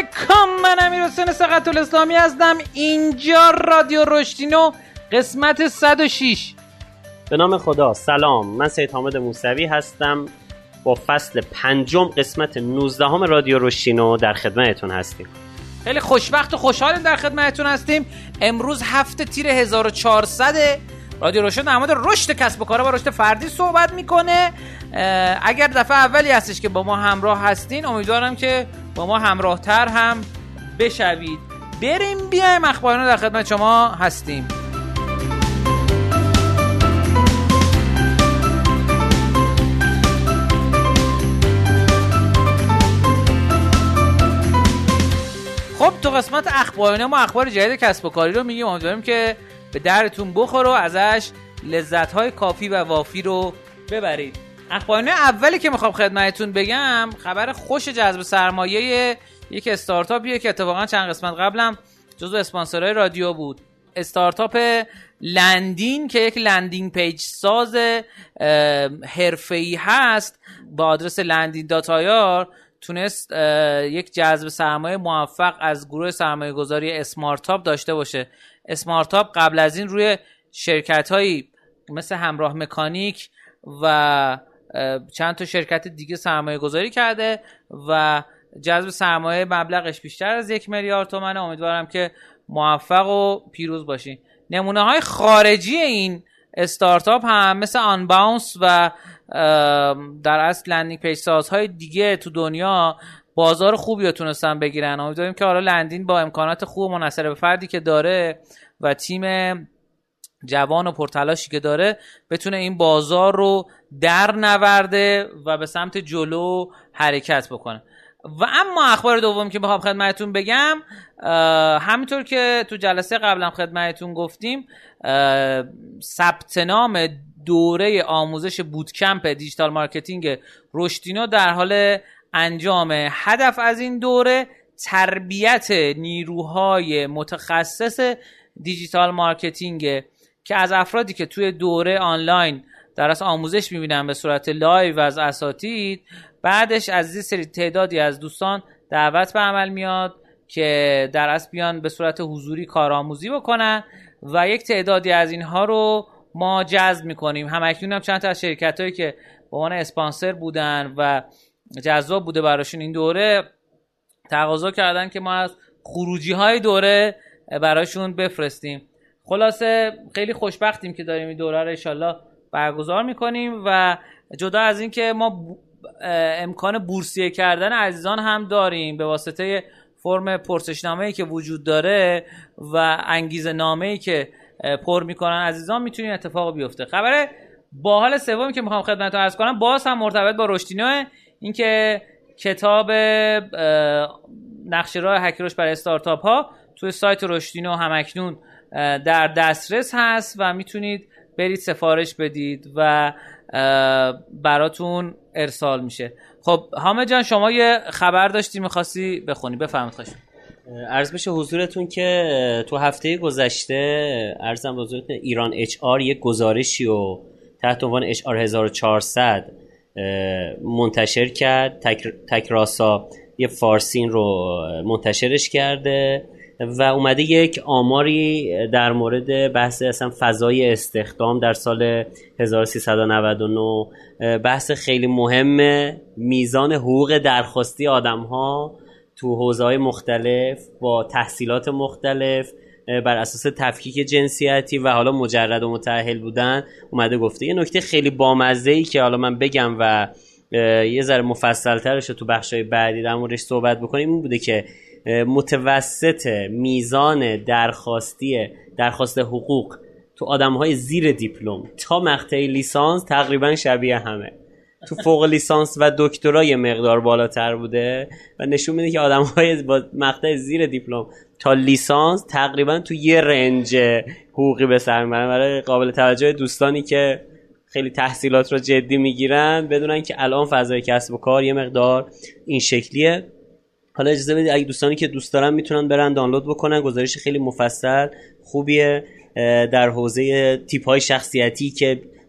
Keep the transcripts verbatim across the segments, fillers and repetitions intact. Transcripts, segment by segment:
علیکم، من امیرحسین ثقت‌الاسلامی هستم. اینجا رادیو رشتینو قسمت صد و شش. به نام خدا. سلام، من سید حامد موسوی هستم. با فصل پنجم قسمت نوزدهم رادیو رشتینو در خدمتتون هستیم. خیلی خوشبخت و خوشحالیم در خدمتتون هستیم. امروز هفته تیر هزار و چهارصد. رادیو رشتینو در مورد رشد کسب و کار و رشد فردی صحبت میکنه. اگر دفعه اولی هستش که با ما همراه هستین، امیدوارم که با ما همراه تر هم بشوید. بریم بیایم، اخبارانو در خدمت شما هستیم. خب تو قسمت اخبارانه ما اخبار جدید کسب و کاری رو میگیم. امیدواریم که به درتون بخوره و ازش لذت‌های کافی و وافی رو ببرید. اخبارانه اولی که میخوام خدمتتون بگم خبر خوش جذب سرمایه یک استارتاپیه که اتفاقا چند قسمت قبلم جزو اسپانسرهای رادیو بود. استارتاپ لندین که یک لندینگ پیج ساز حرفه‌ای هست با آدرس لندین دات آی آر تونست یک جذب سرمایه موفق از گروه سرمایه گذاری اسمارتاپ داشته باشه. اسمارتاپ قبل از این روی شرکت‌هایی مثل همراه مکانیک و چند تا شرکت دیگه سرمایه گذاری کرده و جذب سرمایه مبلغش بیشتر از یک میلیارد تومنه. امیدوارم که موفق و پیروز باشین. نمونه های خارجی این استارتاپ هم مثل آنباونس و در اصل لندینگ پیج سازهای دیگه تو دنیا بازار خوبی رو تونستن بگیرن. امیدواریم که حالا لندین با امکانات خوب و منحصر به فردی که داره و تیم جوان و پرتلاشی که داره بتونه این بازار رو در نورده و به سمت جلو حرکت بکنه. و اما اخبار دوم که بخوام خدمتتون بگم، همینطور که تو جلسه قبلم خدمتتون گفتیم، ثبت نام دوره آموزش بوتکمپ دیجیتال مارکتینگ رشتینو در حال انجامه. هدف از این دوره تربیت نیروهای متخصص دیجیتال مارکتینگ که از افرادی که توی دوره آنلاین در اصل آموزش میبینن به صورت لایو از اساتید، بعدش از این سری تعدادی از دوستان دعوت به عمل میاد که در اصل بیان به صورت حضوری کارآموزی بکنن و یک تعدادی از اینها رو ما جذب میکنیم. همکنون هم چند تا از شرکتایی که به عنوان اسپانسر بودن و جذاب بوده براشون این دوره تقاضا کردن که ما از خروجی های دوره براشون بفرستیم. خلاصه خیلی خوشبختیم که داریم این دوره رو انشالله برگزار میکنیم و جدا از این که ما امکان بورسیه کردن عزیزان هم داریم به واسطه فرم پرسشنامه‌ای که وجود داره و انگیزه نامه‌ای که پر میکنن عزیزان میتونین اتفاق بیفته. خبر باحال سومی که میخوام خدمتتون عرض کنم باز هم مرتبط با رشتینو، این که کتاب نقشه راه هک رشد برای استارتاپ ها توی سایت رشتینو همکنون در دسترس هست و میتونید برید سفارش بدید و براتون ارسال میشه. خب حامد جان، شما یه خبر داشتی میخواستی بخونی، بفرمایید. خواهش عرض بشه حضورتون که تو هفته گذشته عرضم به حضورتون ایران اچ آر یک گزارشی و تحت عنوان اچ آر هزار و چهارصد منتشر کرد. تک تکراسا یه فارسین رو منتشرش کرده و اومده یک آماری در مورد بحث اصلا فضای استخدام در سال هزار و سیصد و نود و نه، بحث خیلی مهمه، میزان حقوق درخواستی آدم‌ها تو حوزه‌های مختلف با تحصیلات مختلف بر اساس تفکیک جنسیتی و حالا مجرد و متأهل بودن اومده گفته. یه نکته خیلی بامزه‌ای که حالا من بگم و یه ذره مفصل‌ترش رو تو بخش‌های بعدی در موردش صحبت بکنیم این بوده که متوسط میزان درخواستی درخواست حقوق تو آدم‌های زیر دیپلم تا مقطع لیسانس تقریبا شبیه همه. تو فوق لیسانس و دکترا یه مقدار بالاتر بوده و نشون میده که آدم‌های با مقطع زیر دیپلم تا لیسانس تقریبا تو یه رنج حقوقی به سر میبرن. برای قابل توجه دوستانی که خیلی تحصیلات رو جدی میگیرن بدونن که الان فضای کسب و کار یه مقدار این شکلیه. حالا اجازه بدید اگه دوستانی که دوست دارن میتونن برن دانلود بکنن، گزارش خیلی مفصل خوبیه در حوزه تیپ‌های شخصیتی که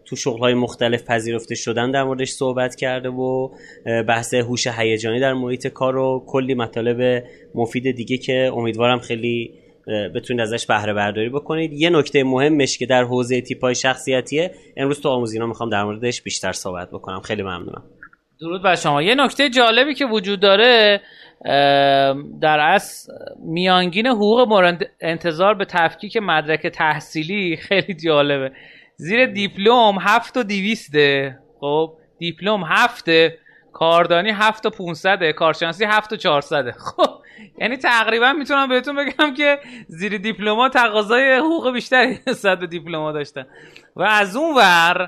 تو شغل‌های مختلف پذیرفته شدن در موردش صحبت کرده و بحث هوش هیجانی در محیط کار و کلی مطالب مفید دیگه که امیدوارم خیلی بتونید ازش بهره برداری بکنید. یه نکته مهمش که در حوزه تیپ‌های شخصیتیه امروز تو آموزینا میخوام در موردش بیشتر صحبت بکنم. خیلی ممنونم. درود بر شما. یه نکته جالبی که وجود داره در اصل میانگین حقوق مورد انتظار به تفکیک مدرک تحصیلی خیلی جالبه. زیر دیپلم هفت و دیویسته، خب دیپلم هفته، کاردانی هفت و پونصده، کارشناسی هفت و چهارصده. خب یعنی تقریبا میتونم بهتون بگم که زیر دیپلم‌ها تقاضای حقوق بیشتری نسبت به دیپلم‌ها داشتن. و از اون ور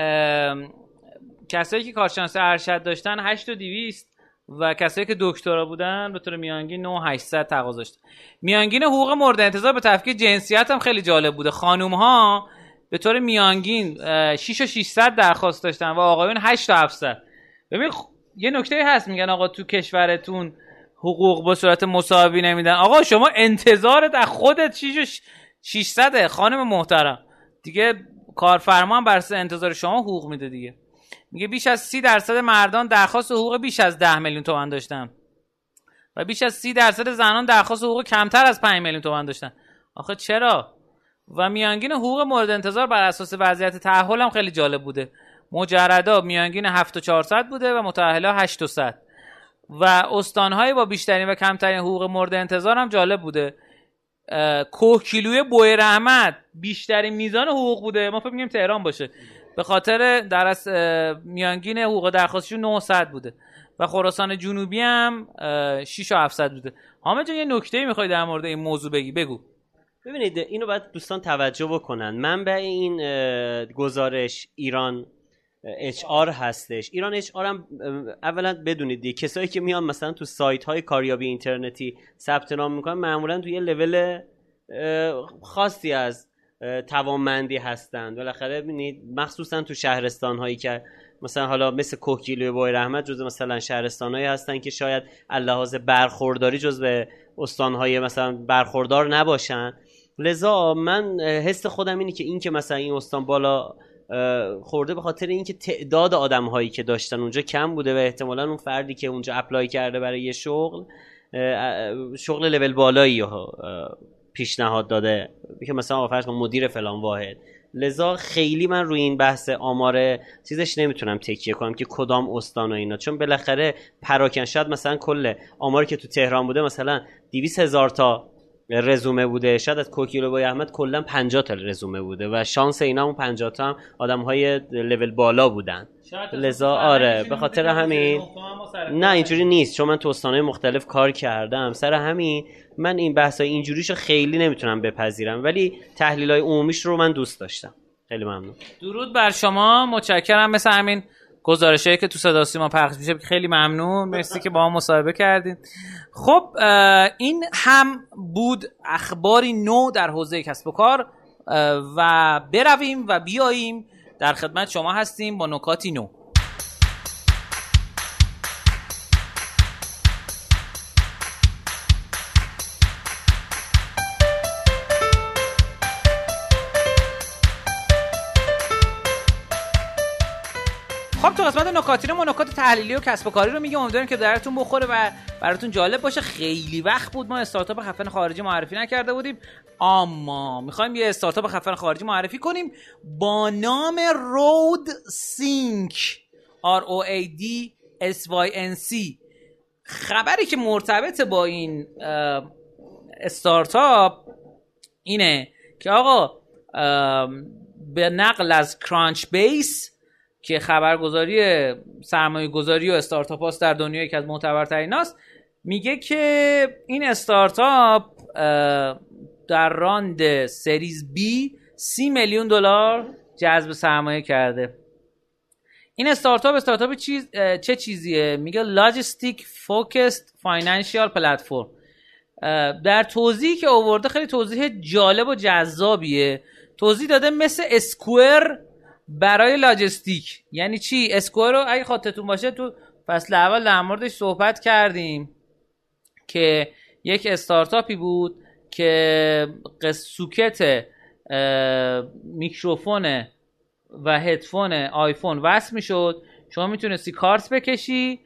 کسایی که کارشناسی ارشد داشتن هشت و دویست و کسایی که دکترا بودن به طور میانگین نه و هشتصد تقاضا داشتن. میانگین حقوق مورد انتظار به تفکیک جنسیت هم خیلی جالب بوده. خانوم‌ها به طور میانگین شش و ششصد درخواست داشتن و آقایون هشت و هفتصد. ببین یه نکته هست، میگن آقا تو کشورتون حقوق به صورت مساوی نمیدن. آقا شما انتظارت از خودت شش و ششصد خانم محترم، دیگه کارفرما هم بر اساس انتظار شما حقوق میده دیگه. میگه بیش از سی درصد مردان درخواست حقوق بیش از ده میلیون تومان داشتن و بیش از سی درصد زنان درخواست حقوق کمتر از پنج میلیون تومان داشتن. آخه چرا؟ و میانگین حقوق مورد انتظار بر اساس وضعیت تأهل هم خیلی جالب بوده. مجردا میانگین هفت و چهارصد بوده و متأهلا هشت و صد. و استان‌های با بیشترین و کمترین حقوق مورد انتظار هم جالب بوده. کوهگیلوی بوی رحمت بیشترین میزان حقوق بوده، ما فکر می‌کنیم تهران باشه، به خاطر در از میانگین حقوق درخواستشون نهصد بوده و خراسان جنوبی هم شش و هفتصد بوده. حامد جان یه نکته‌ای می‌خوای در مورد این موضوع بگی؟ بگو. ببینید اینو باید دوستان توجه بکنن. منبع این گزارش ایران اچ آر هستش. ایران اچ آر هم اولا بدونید دیگه کسایی که میان مثلا تو سایت های کاریابی اینترنتی ثبت نام میکنن معمولا تو یه لول خاصی از توانمندی هستند. بالاخره ببینید مخصوصا تو شهرستان هایی که مثلا حالا مثل کوهگیلوی بوی رحمت جزو مثلا شهرستان هایی هستن که شاید لحاظ برخورداری جزو استان های مثلا برخوردار نباشن. لذا من حس خودم اینه که این که مثلا این استان بالا خورده به خاطر اینکه تعداد آدم هایی که داشتن اونجا کم بوده و احتمالاً اون فردی که اونجا اپلای کرده برای یه شغل شغل لول بالایی پیشنهاد داده که مثلا فرض کن مدیر فلان واحد. لذا خیلی من روی این بحث آمار چیزش نمیتونم تکیه کنم که کدام استان و اینا، چون بالاخره پراکن شاید مثلا کل آماری که تو تهران بوده مثلا دویست هزار تا رزومه بوده، شاید از کوکیلو با احمد کلا پنجاه تا رزومه بوده و شانس اینا اون پنجاه تا هم آدم‌های لول بالا بودن. لذا آره به خاطر همین نه اینجوری نیست، چون من تو استان‌های مختلف کار کردم. سر همین من این بحثای اینجوریشو خیلی نمیتونم بپذیرم، ولی تحلیل‌های عمومیش رو من دوست داشتم. خیلی ممنون. درود بر شما، متشکرم. مثل همین گزارشایی که تو صدا سیما پخش میشه خیلی ممنون. مرسی که با ما مصاحبه کردین. خب این هم بود اخباری نو در حوزه کسب و کار و برویم و بیاییم در خدمت شما هستیم با نکاتی نو. خب تو قسمت نکاتی ما نکات تحلیلی و کسب و کاری رو میگم، امیدوارم که درتون بخوره و براتون جالب باشه. خیلی وقت بود ما استارتاپ خفن خارجی معرفی نکرده بودیم، اما میخوایم یه استارتاپ خفن خارجی معرفی کنیم با نام رود سینک آر او ای دی اس وای ان سی. خبری که مرتبط با این استارتاپ اینه که آقا به نقل از کرانچ بیس که خبرگزاری سرمایه گذاری و استارتاپ هاست در دنیا، یکی از معتبرترین هاست، میگه که این استارتاپ در راند سریز بی سی میلیون دلار جذب سرمایه کرده. این استارتاپ استارتاپ چیز چه چیزیه؟ میگه لاجستیک فوکسد فاینانشیال پلتفرم. در توضیحی که آورده خیلی توضیح جالب و جذابیه. توضیح داده مثل اسکوئر برای لاجستیک. یعنی چی؟ اسکوئر رو اگه خاطرتون باشه تو فصل اول در موردش صحبت کردیم که یک استارتاپی بود که سوکت میکروفون و هدفون آیفون وصل میشد، شما میتونستی کارت بکشی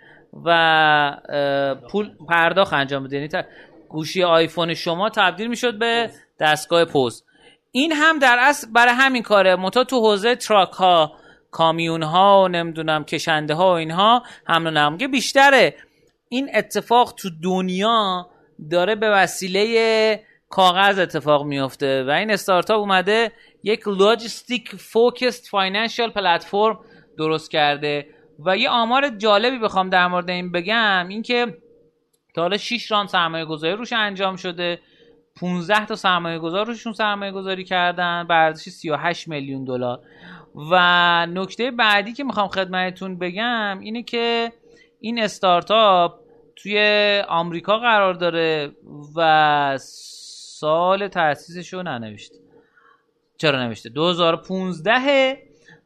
و پول پرداخت انجام بدی، یعنی گوشی آیفون شما تبدیل میشد به دستگاه پست. این هم در اصل برای همین کاره، منتها تو حوزه تراک ها، کامیون ها و نمیدونم کشنده ها و اینها حمل و نقل بیشتره. این اتفاق تو دنیا داره به وسیله کاغذ اتفاق میفته و این استارتاپ اومده یک لاجستیک فوکسد فاینانشال پلتفرم درست کرده. و یه آمار جالبی بخوام در مورد این بگم، این که تا حالا شش راند سرمایه گذاری روش انجام شده، پانزده تا سرمایه گذار روشون سرمایه گذاری کردن به ارزش سی و هشت میلیون دلار. و نکته بعدی که میخوام خدمتتون بگم اینه که این استارتاپ توی آمریکا قرار داره و سال تأسیسش رو ننوشته. چرا نوشته؟ دو هزار و پانزده.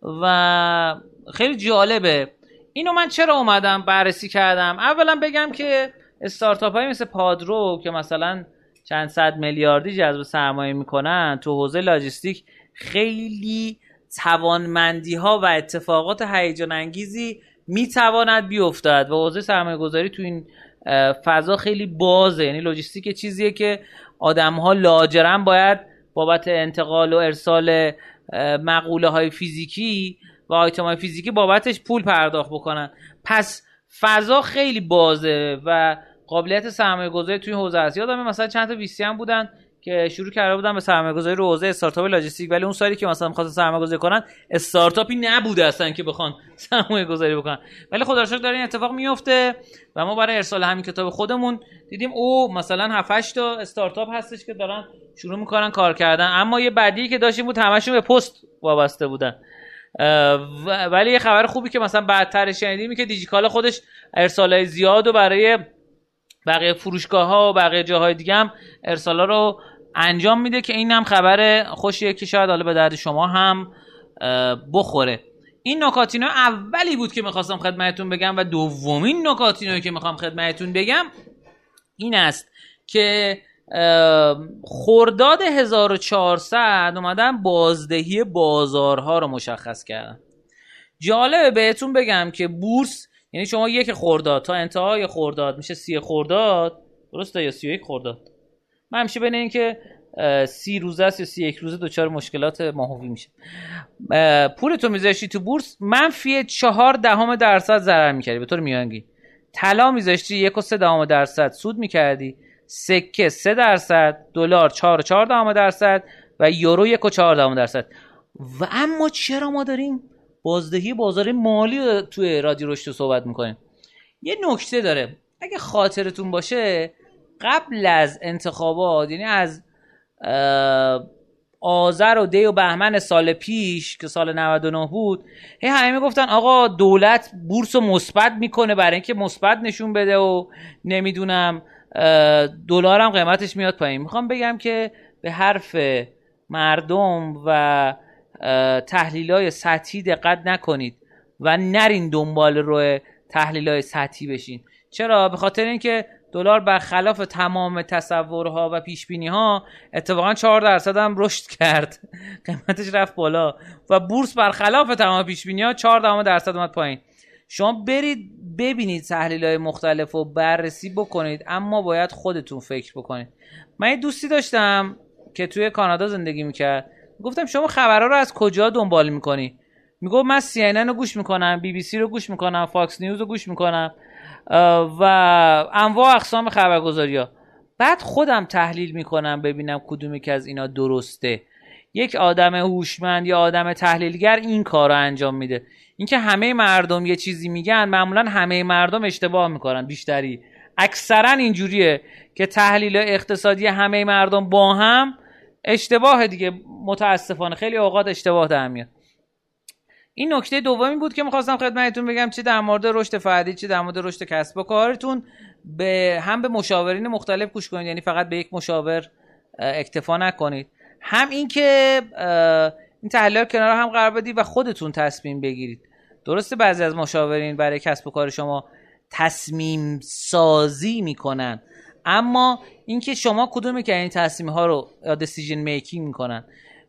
و خیلی جالبه. اینو من چرا اومدم بررسی کردم؟ اولا بگم که استارتاپ هایی مثل پادرو که مثلا چند صد میلیاردی جذب سرمایه میکنن تو حوزه لاجستیک، خیلی توانمندی ها و اتفاقات هیجان انگیزی میتواند بیفتد و حوزه سرمایه گذاری تو این فضا خیلی بازه. یعنی لوجستیک چیزیه که آدم ها لاجرم باید بابت انتقال و ارسال مقوله های فیزیکی و آیتم های فیزیکی بابتش پول پرداخت بکنن. پس فضا خیلی بازه و قابلیت سرمایه گذاری توی حوزه هست. یادمه مثلا چند تا ویسی هم بودن که شروع کرده بودن به سرمایه گذاری رو حوزه استارتاپ لاجستیک، ولی اون سالی که مثلا می‌خواستن سرمایه گذاری کنن استارتاپی نبوده اصلا که بخوان سرمایه گذاری بکنن. ولی خدا رو شکر داره این اتفاق میفته و ما برای ارسال همین کتاب خودمون دیدیم او مثلا هفت هشت تا استارتاپ هستش که دارن شروع میکنن کار کردن. اما یه بدی که داشتیم بود همشون به پست وابسته بودن. ولی یه خبر خوبی که مثلا بعدتر شنیدیم که دیجیکالا خودش ارسالای زیاد و برای بقیه فروشگاه‌ها و بقیه جاهای دیگه هم ارسالا رو انجام میده که این هم خبر خوشیه که شاید حالا به درد شما هم بخوره. این نکاتینو اولی بود که میخواستم خدمتتون بگم و دومین نکاتینو که میخوام خدمتتون بگم این است که خرداد هزار و چهارصد اومدن بازدهی بازارها رو مشخص کردن. جالبه بهتون بگم که بورس، یعنی شما یک خرداد تا انتهای خرداد میشه سی خرداد، درسته یا سی و یک خرداد؟ من همیشه بین این که سی روزه است یا سی یک روزه دوچار مشکلات ماهوی میشه. پولتو میذاشتی تو بورس منفی چهار دهم درصد ضرر میکردی به طور میانگین. طلا میذاشتی یک و سه دهم درصد سود میکردی. سکه سه درصد، دلار چهار و چهار دهم درصد و یورو یک و چهار دهم درصد. و اما چرا ما داریم بازدهی بازار مالی توی رادیو رشد صحبت میکنیم؟ یه نکته داره. اگه خاطرتون باشه قبل از انتخابات، یعنی از آذر و دی و بهمن سال پیش که سال نود و نه بود، هی همه میگفتن آقا دولت بورس رو مثبت میکنه برای اینکه مثبت نشون بده و نمیدونم دلار هم قیمتش میاد پایین. میخوام بگم که به حرف مردم و تحلیل‌های سطحی دقت نکنید و نرین دنبال روی تحلیل‌های سطحی بشین. چرا؟ به خاطر اینکه دلار برخلاف تمام تصورها و پیشبینی‌ها اتفاقا چهار درصد هم رشد کرد، قیمتش رفت بالا و بورس برخلاف تمام پیشبینی‌ها چهار دهم درصد اومد پایین. شما برید ببینید تحلیل‌های مختلف و بررسی بکنید، اما باید خودتون فکر بکنید. من یه دوستی داشتم که توی کانادا زندگی میکرد. گفتم شما خبرها رو از کجا دنبال میکنی؟ میگفت من سی ان ان رو گوش میکنم، بی بی سی رو گوش میکنم، فاکس نیوز رو گوش میکنم و انواع اقسام خبرگزاری‌ها. بعد خودم تحلیل میکنم ببینم کدومی که از اینا درسته. یک آدم هوشمند یا آدم تحلیلگر این کار رو انجام میده. اینکه همه مردم یه چیزی میگن، معمولا همه مردم اشتباه میکنن. بیشتری اکثرا اینجوریه که تحلیل اقتصادی همه مردم با هم اشتباه دیگه. متاسفانه خیلی اوقات اشتباه در میاد. این نکته دومی بود که می‌خواستم خدمتتون بگم، چه در مورد رشد فردی چه در مورد رشد کسب و کارتون به هم به مشاورین مختلف گوش کنید، یعنی فقط به یک مشاور اکتفا نکنید. هم این که این تحلیل کنار هم قرار بدید و خودتون تصمیم بگیرید. درسته بعضی از مشاورین برای کسب و کار شما تصمیم سازی میکنن، اما اینکه شما کدومی که این تصمیم ها رو یا دیسیژن میکینگ میکنن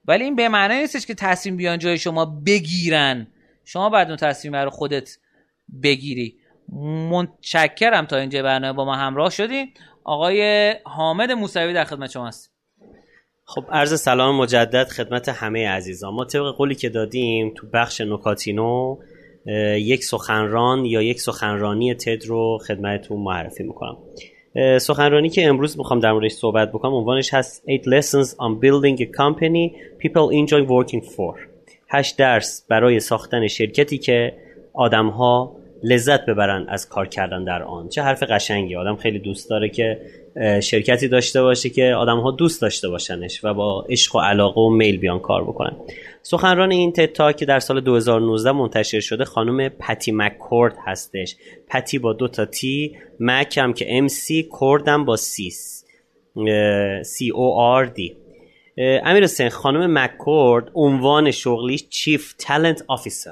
ولی این به معنی نیستش که تصمیم بیان جای شما بگیرن، شما باید اون تصمیم رو خودت بگیری. متشکرم تا اینجا برنامه با ما همراه شدین. آقای حامد موسوی در خدمت شماست. خب عرض سلام مجدد خدمت همه عزیزان. ما طبق قولی که دادیم تو بخش نکاتینو یک سخنران یا یک سخنرانی تد رو خدمتتون معرفی میکنم. سخنرانی که امروز میخوام در موردش صحبت بکنم عنوانش هست eight lessons on building a company people enjoy working for. هشت درس برای ساختن شرکتی که آدم‌ها لذت ببرن از کار کردن در آن. چه حرف قشنگی. آدم خیلی دوست داره که شرکتی داشته باشه که آدم‌ها دوست داشته باشنش و با عشق و علاقه و میل بیان کار بکنن. سخنران این تد تاک که در سال دو هزار و نوزده منتشر شده خانم پتی مککورد هستش. پتی با دو تا تی، مک هم که ام سی، کورد هم با سیس، سی او آر دی. امیر حسین، خانم مککورد عنوان شغلیش چیف تالنت آفیسر،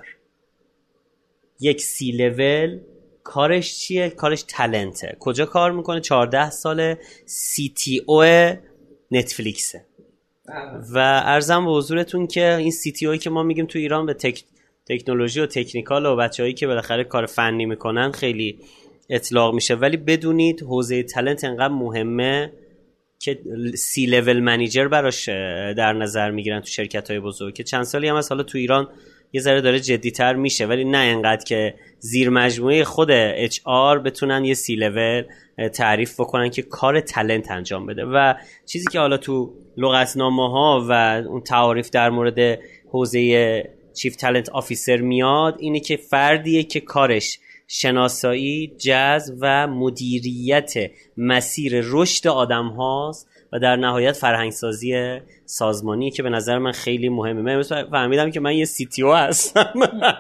یک سی لول. کارش چیه؟ کارش تالنته. کجا کار میکنه؟ چهارده ساله سی تی او نتفلیکسه. و عرضم به حضورتون که این سی تی اوی که ما میگیم تو ایران به تک... تکنولوژی و تکنیکال و بچه‌هایی که بالاخره کار فنی میکنن خیلی اطلاق میشه، ولی بدونید حوزه تالنت انقدر مهمه که سی لول منیجر براش در نظر میگیرن تو شرکت‌های بزرگ که چند سالی هم از حالا تو ایران یه ذره داره جدی‌تر میشه، ولی نه اینقدر که زیر مجموعه خود اچ آر بتونن یه سی لول تعریف بکنن که کار تالنت انجام بده. و چیزی که حالا تو لغتنامه‌ها و اون تعاریف در مورد حوزه چیف تالنت آفیسر میاد اینه که فردیه که کارش شناسایی، جذب و مدیریت مسیر رشد آدم هاست و در نهایت فرهنگسازی سازمانی که به نظر من خیلی مهمه. من فهمیدم که من یه سی تی او هستم.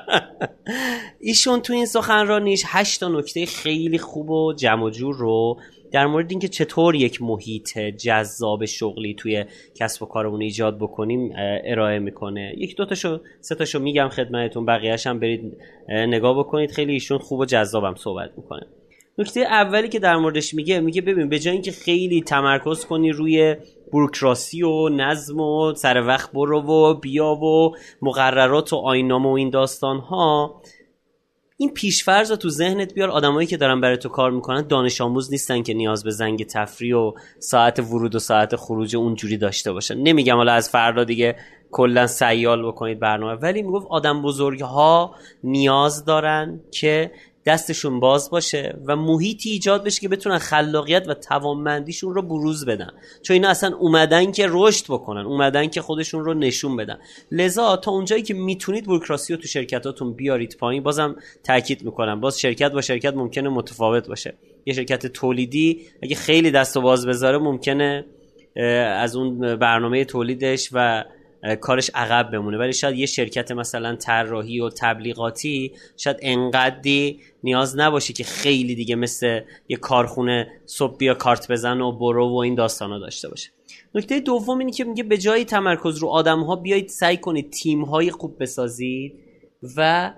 ایشون تو این سخنرانیش هشت تا نکته خیلی خوب و جمع و جور رو در مورد اینکه چطور یک محیط جذاب شغلی توی کسب و کارمون ایجاد بکنیم ارائه میکنه. یک دو تاشو سه تاشو میگم خدمتتون، بقیه‌اش هم برید نگاه بکنید. خیلی ایشون خوب و جذابم صحبت میکنه. نکته اولی که در موردش میگه میگه ببین به جای اینکه خیلی تمرکز کنی روی بوروکراسی و نظم و سر وقت برو و بیا و مقررات و آیین‌نامه و این داستان ها، این پیشفرض رو تو ذهنت بیار. آدمایی که دارن برای تو کار میکنن دانش آموز نیستن که نیاز به زنگ تفریح و ساعت ورود و ساعت خروج اونجوری داشته باشن. نمیگم حالا از فردا دیگه کلا سیال بکنید برنامه، ولی میگفت آدم بزرگها نیاز دارن که دستشون باز باشه و محیطی ایجاد بشه که بتونن خلاقیت و توانمندیشون رو بروز بدن، چون اینا اصلا اومدن که رشد بکنن، اومدن که خودشون رو نشون بدن. لذا تا اونجایی که میتونید بوروکراسی رو تو شرکتاتون بیارید پایین. بازم تاکید میکنم، باز شرکت با شرکت ممکنه متفاوت باشه. یه شرکت تولیدی اگه خیلی دست و باز بذاره ممکنه از اون برنامه تولیدش و کارش عقب بمونه، ولی شاید یه شرکت مثلا طراحی و تبلیغاتی شاید انقدری نیاز نباشه که خیلی دیگه مثل یه کارخونه صبح بیا کارت بزن و برو و این داستانا داشته باشه. نکته دوم اینه که میگه به جای تمرکز رو آدم‌ها بیایید سعی کنید تیم‌های خوب بسازید و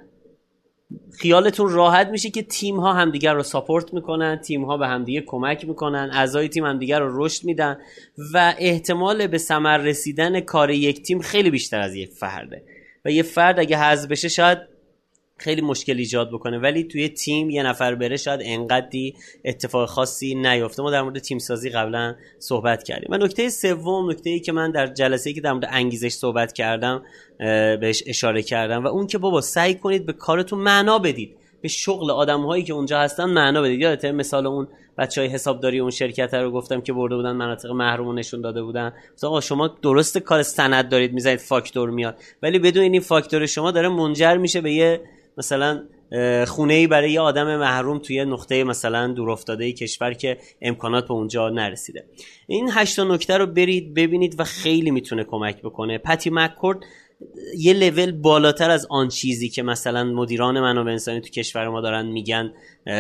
خیالتون راحت میشه که تیم ها همدیگر رو ساپورت میکنن، تیم ها به همدیگه کمک میکنن، اعضای تیم همدیگر رو رشد میدن و احتمال به ثمر رسیدن کار یک تیم خیلی بیشتر از یک فرده. و یه فرد اگه حذف بشه شاید خیلی مشکل ایجاد بکنه، ولی توی تیم یه نفر بره شاید انقدری اتفاق خاصی نیفته. ما در مورد تیم سازی قبلا صحبت کردیم. و نکته سوم، نکته‌ای که من در جلسه‌ای که در مورد انگیزش صحبت کردم بهش اشاره کردم و اون که بابا سعی کنید به کارتون معنا بدید، به شغل آدم‌هایی که اونجا هستن معنا بدید. یادته مثال اون بچهای حسابداری اون شرکت رو گفتم که برده بودن مناطق محروم نشون داده بودن. آقا شما درست کار سند دارید میزنید فاکتور میاد، ولی بدون این فاکتور شما داره منجر میشه به یه مثلا خونه‌ای برای یه آدم محروم توی نقطه مثلا دورافتاده کشور که امکانات به اونجا نرسیده. این هشت نکته رو برید ببینید و خیلی میتونه کمک بکنه. پتی مککورد یه لول بالاتر از آن چیزی که مثلا مدیران منابع انسانی تو کشور ما دارن میگن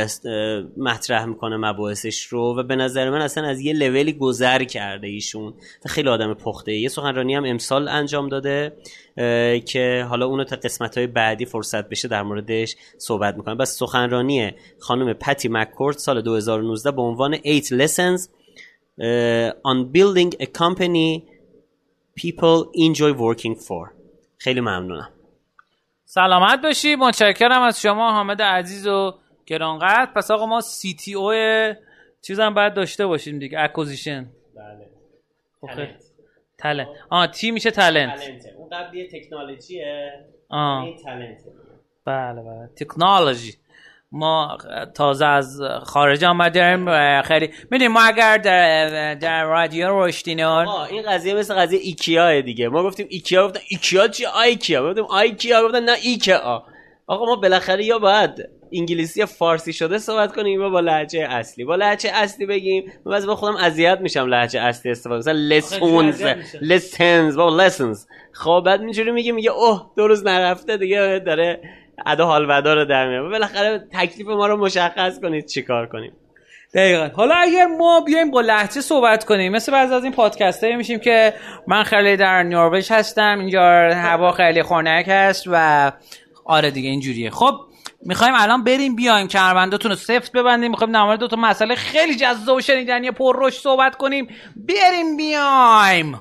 مطرح میکنه مباحثش رو و به نظر من اصلا از یه لولی گذر کرده ایشون و خیلی آدم پخته. یه سخنرانی هم امسال انجام داده که حالا اونو تا قسمت‌های بعدی فرصت بشه در موردش صحبت میکنه. بس سخنرانی خانم پتی مککورد سال دو هزار و نوزده با عنوان eight lessons on building a company people enjoy working for. خیلی ممنونم. سلامت باشی. متشکرم از شما حامد عزیز و گرانقدر. پس آقا ما سی تی او چیزام باید داشته باشیم دیگه، اکوزیشن. بله. تالنت. تالنت. آه تی میشه تالنت. تالنت. اون قبلی تکنولوژیه. آه. این تالنت. بله بله. تکنولوژی. ما تازه از خارج آمدیم. خیلی میدونیم ما اگر در در رادیو رشتینور آه این قضیه مثل قضیه ایکیا دیگه. ما گفتیم ایکیا، گفتن ایکیا چی؟ آیکیا. گفتیم آیکیا، گفتن نه ایکیا. آقا ما بالاخره یا باید انگلیسی فارسی شده صحبت کنیم یا با لهجه اصلی. با لهجه اصلی بگیم. من واسه خودم اذیت میشم لهجه اصلی استفاده. مثلا لسونز، لسنز، با لسنز. خب بعد اینجوری میگیم میگه اوه دو روز نرفته دیگه داره ادا حال ودا رو در میاره. بالاخره تکلیف ما رو مشخص کنید چیکار کنیم. دقیقاً. حالا اگر ما بیایم با لهجه صحبت کنیم، مثل بعضی از این پادکست‌ها میشیم که من خیلی در نروژ هستم، اینجا هوا خیلی خنک هست و آره دیگه اینجوریه. خب میخوایم الان بریم بیایم کمربنداتون رو سفت ببندیم، میخوایم در مورد دو تا مسئله خیلی جذاب و شنیدنی پررشد صحبت کنیم. بریم بیایم.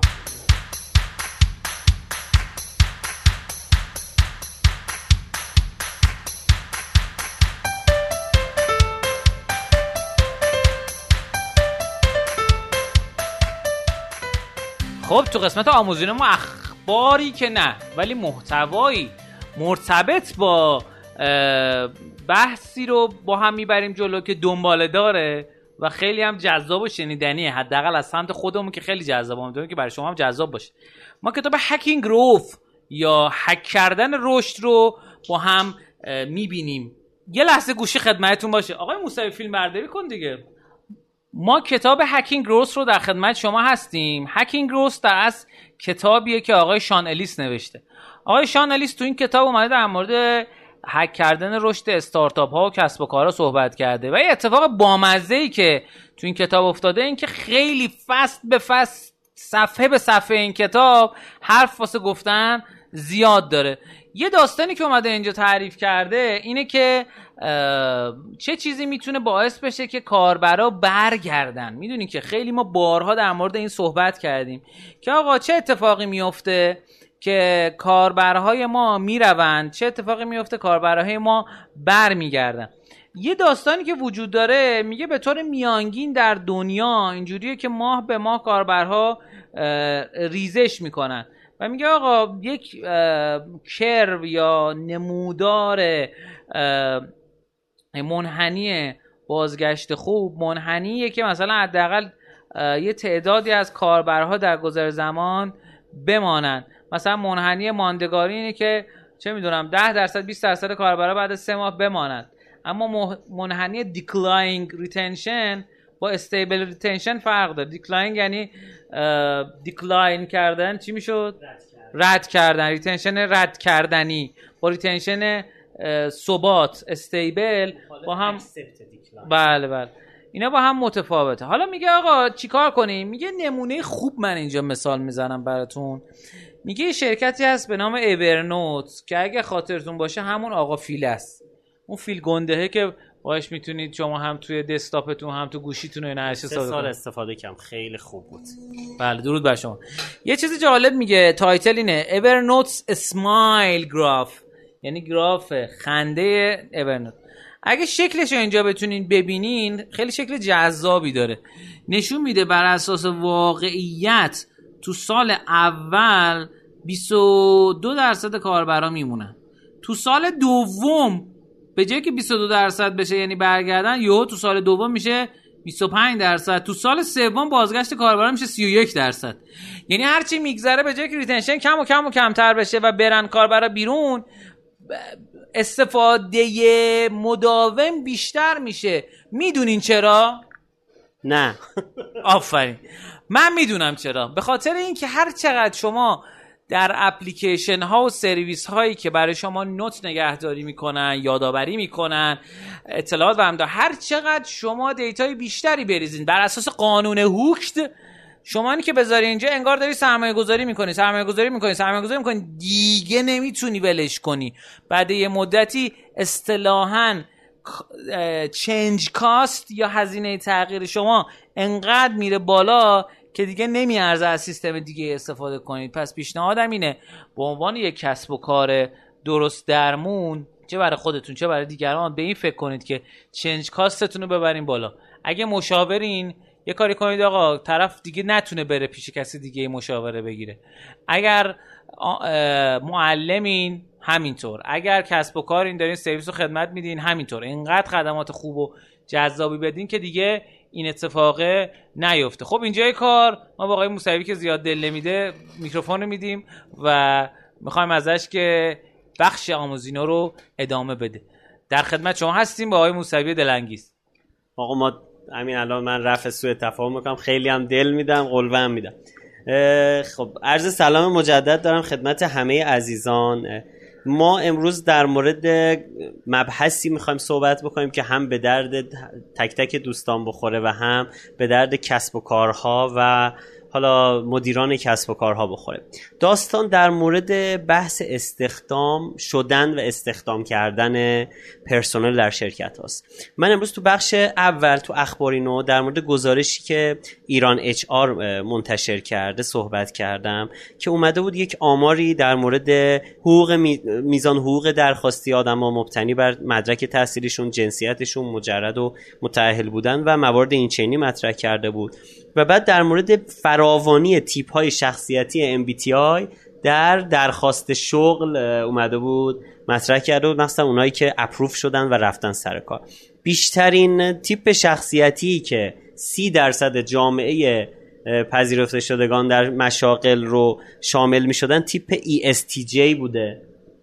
خب تو قسمت آموزین ما اخباری که نه ولی محتوایی مرتبط با بحثی رو با هم میبریم جلو که دنباله داره و خیلی هم جذاب و شنیدنیه، حداقل از سمت خودمون که خیلی جذابه، امیدوارم که برای شما هم جذاب باشه. ما کتاب هکینگ گروث یا هک کردن رشد رو با هم میبینیم. یه لحظه گوشی خدمتتون باشه. آقای موسوی فیلم برداری کن دیگه. ما کتاب هکینگ گروث رو در خدمت شما هستیم. هکینگ گروث در اصل کتابیه که آقای شان الیس نوشته. آقای شان الیس تو این کتاب اومده در مورد هک کردن رشد استارتاپ ها و کسب و کارها صحبت کرده و یه اتفاق بامزه‌ای که تو این کتاب افتاده این که خیلی فصل به فصل، صفحه به صفحه این کتاب حرف واسه گفتن زیاد داره. یه داستانی که اومده اینجا تعریف کرده اینه که چه چیزی میتونه باعث بشه که کاربرا برگردن. میدونین که خیلی ما بارها در مورد این صحبت کردیم که آقا چه اتفاقی میفته که کاربرهای ما میروند، چه اتفاقی میفته کاربرهای ما برمیگردن. یه داستانی که وجود داره میگه به طور میانگین در دنیا اینجوریه که ماه به ماه کاربرها ریزش میکنن و میگه آقا یک کرو یا نمودار منحنی بازگشت خوب منحنیه که مثلا حداقل یه تعدادی از کاربرها در گذر زمان بمانن. مثلا منحنی ماندگاری اینه که چه میدونم ده درصد بیست درصد کاربرها بعد سه ماه بمانند، اما منحنی دیکلاینگ ریتنشن با استیبل ریتنشن فرق داره. دیکلاینگ یعنی دیکلاین کردن، چی میشد؟ رد کردن. ریتنشن رد کردنی با ریتنشن ثبات استیبل با هم، بله بله اینا با هم متفاوته. حالا میگه آقا چیکار کنیم؟ میگه نمونه خوب من اینجا مثال میزنم براتون. میگه شرکتی هست به نام ایورنوت که اگه خاطرتون باشه همون آقا فیل است، اون فیل گندهه که باهاش میتونید شما هم توی دسکتاپتون هم تو گوشیتون و اینا سه سال استفاده کردم، خیلی خوب بود. بله درود بر شما. یه چیز جالب میگه، تایتل اینه ایورنوتس اسمایل گراف، یعنی گراف خنده ایورنوت. اگه شکلش رو اینجا بتونین ببینین خیلی شکل جذابی داره، نشون میده بر اساس واقعیت تو سال اول بیست و دو درصد کاربرا میمونن، تو سال دوم به جای که بیست و دو درصد بشه یعنی برگردن، یهو تو سال دوم میشه بیست و پنج درصد، تو سال سوم بازگشت کاربرا میشه سی و یک درصد. یعنی هرچی میگذره به جای که ریتنشن کم و کم و کمتر بشه و برن کاربرا بیرون، استفاده مداوم بیشتر میشه. میدونین چرا؟ نه. آفرین. من میدونم چرا. به خاطر اینکه هر چقدر شما در اپلیکیشن ها و سرویس هایی که برای شما نوت نگهداری میکنن، یادآوری میکنن، اطلاعات و همدا، هر چقدر شما دیتای بیشتری بریزین بر اساس قانون هوکت، شما اینی که بذاری اینجا انگار داری سرمایه گذاری میکنی سرمایه گذاری میکنی سرمایه گذاری میکنی دیگه نمیتونی ولش کنی. بعد یه مدتی اصطلاحاً چنج کاست یا هزینه تغییر شما انقدر میره بالا که دیگه نمیارزه از سیستم دیگه استفاده کنید. پس پیشنهادم اینه به عنوان یک کسب و کار درست درمون، چه برای خودتون چه برای دیگران، به این فکر کنید که چنج کاستتون رو ببرین بالا. اگه مشاورین یه کاری کنید آقا طرف دیگه نتونه بره پیش کسی دیگه مشاوره بگیره. اگر معلمین همینطور، اگر کسب و کارین دارین سرویس و خدمت میدین همینطور. اینقدر خدمات خوب و جذابی بدین که دیگه این اتفاقه نیفته. خب اینجای کار ما با آقای موسوی که زیاد دل نمیده میکروفون رو میدیم و میخوایم ازش که بخش آموزینو رو ادامه بده. در خدمت شما هستیم با آقای موسوی دلانگیز. آقا ما همین الان من رفع سوء تفاهم میکنم، خیلی هم دل میدم، قلوه هم میدم. خب عرض سلام مجدد دارم خدمت همه عزیزان. ما امروز در مورد مبحثی میخوایم صحبت بکنیم که هم به درد تک تک دوستان بخوره و هم به درد کسب و کارها و حالا مدیران کسب و کارها بخوره. داستان در مورد بحث استخدام شدن و استخدام کردن پرسنل در شرکت هاست. من امروز تو بخش اول تو اخبارینو در مورد گزارشی که ایران اچ آر منتشر کرده صحبت کردم که اومده بود یک آماری در مورد حقوق میزان حقوق درخواستی آدم‌ها مبتنی بر مدرک تحصیلیشون، جنسیتشون، مجرد و متأهل بودن و موارد این چنینی مطرح کرده بود و بعد در مورد فراوانی تیپ های شخصیتی ام بی تی آی در درخواست شغل اومده بود مطرح کرده بود، مثلا اونایی که اپروف شدن و رفتن سر کار. بیشترین تیپ شخصیتی که سی درصد جامعه پذیرفته شدگان در مشاغل رو شامل می شدن تیپ ای اس تی جی بوده.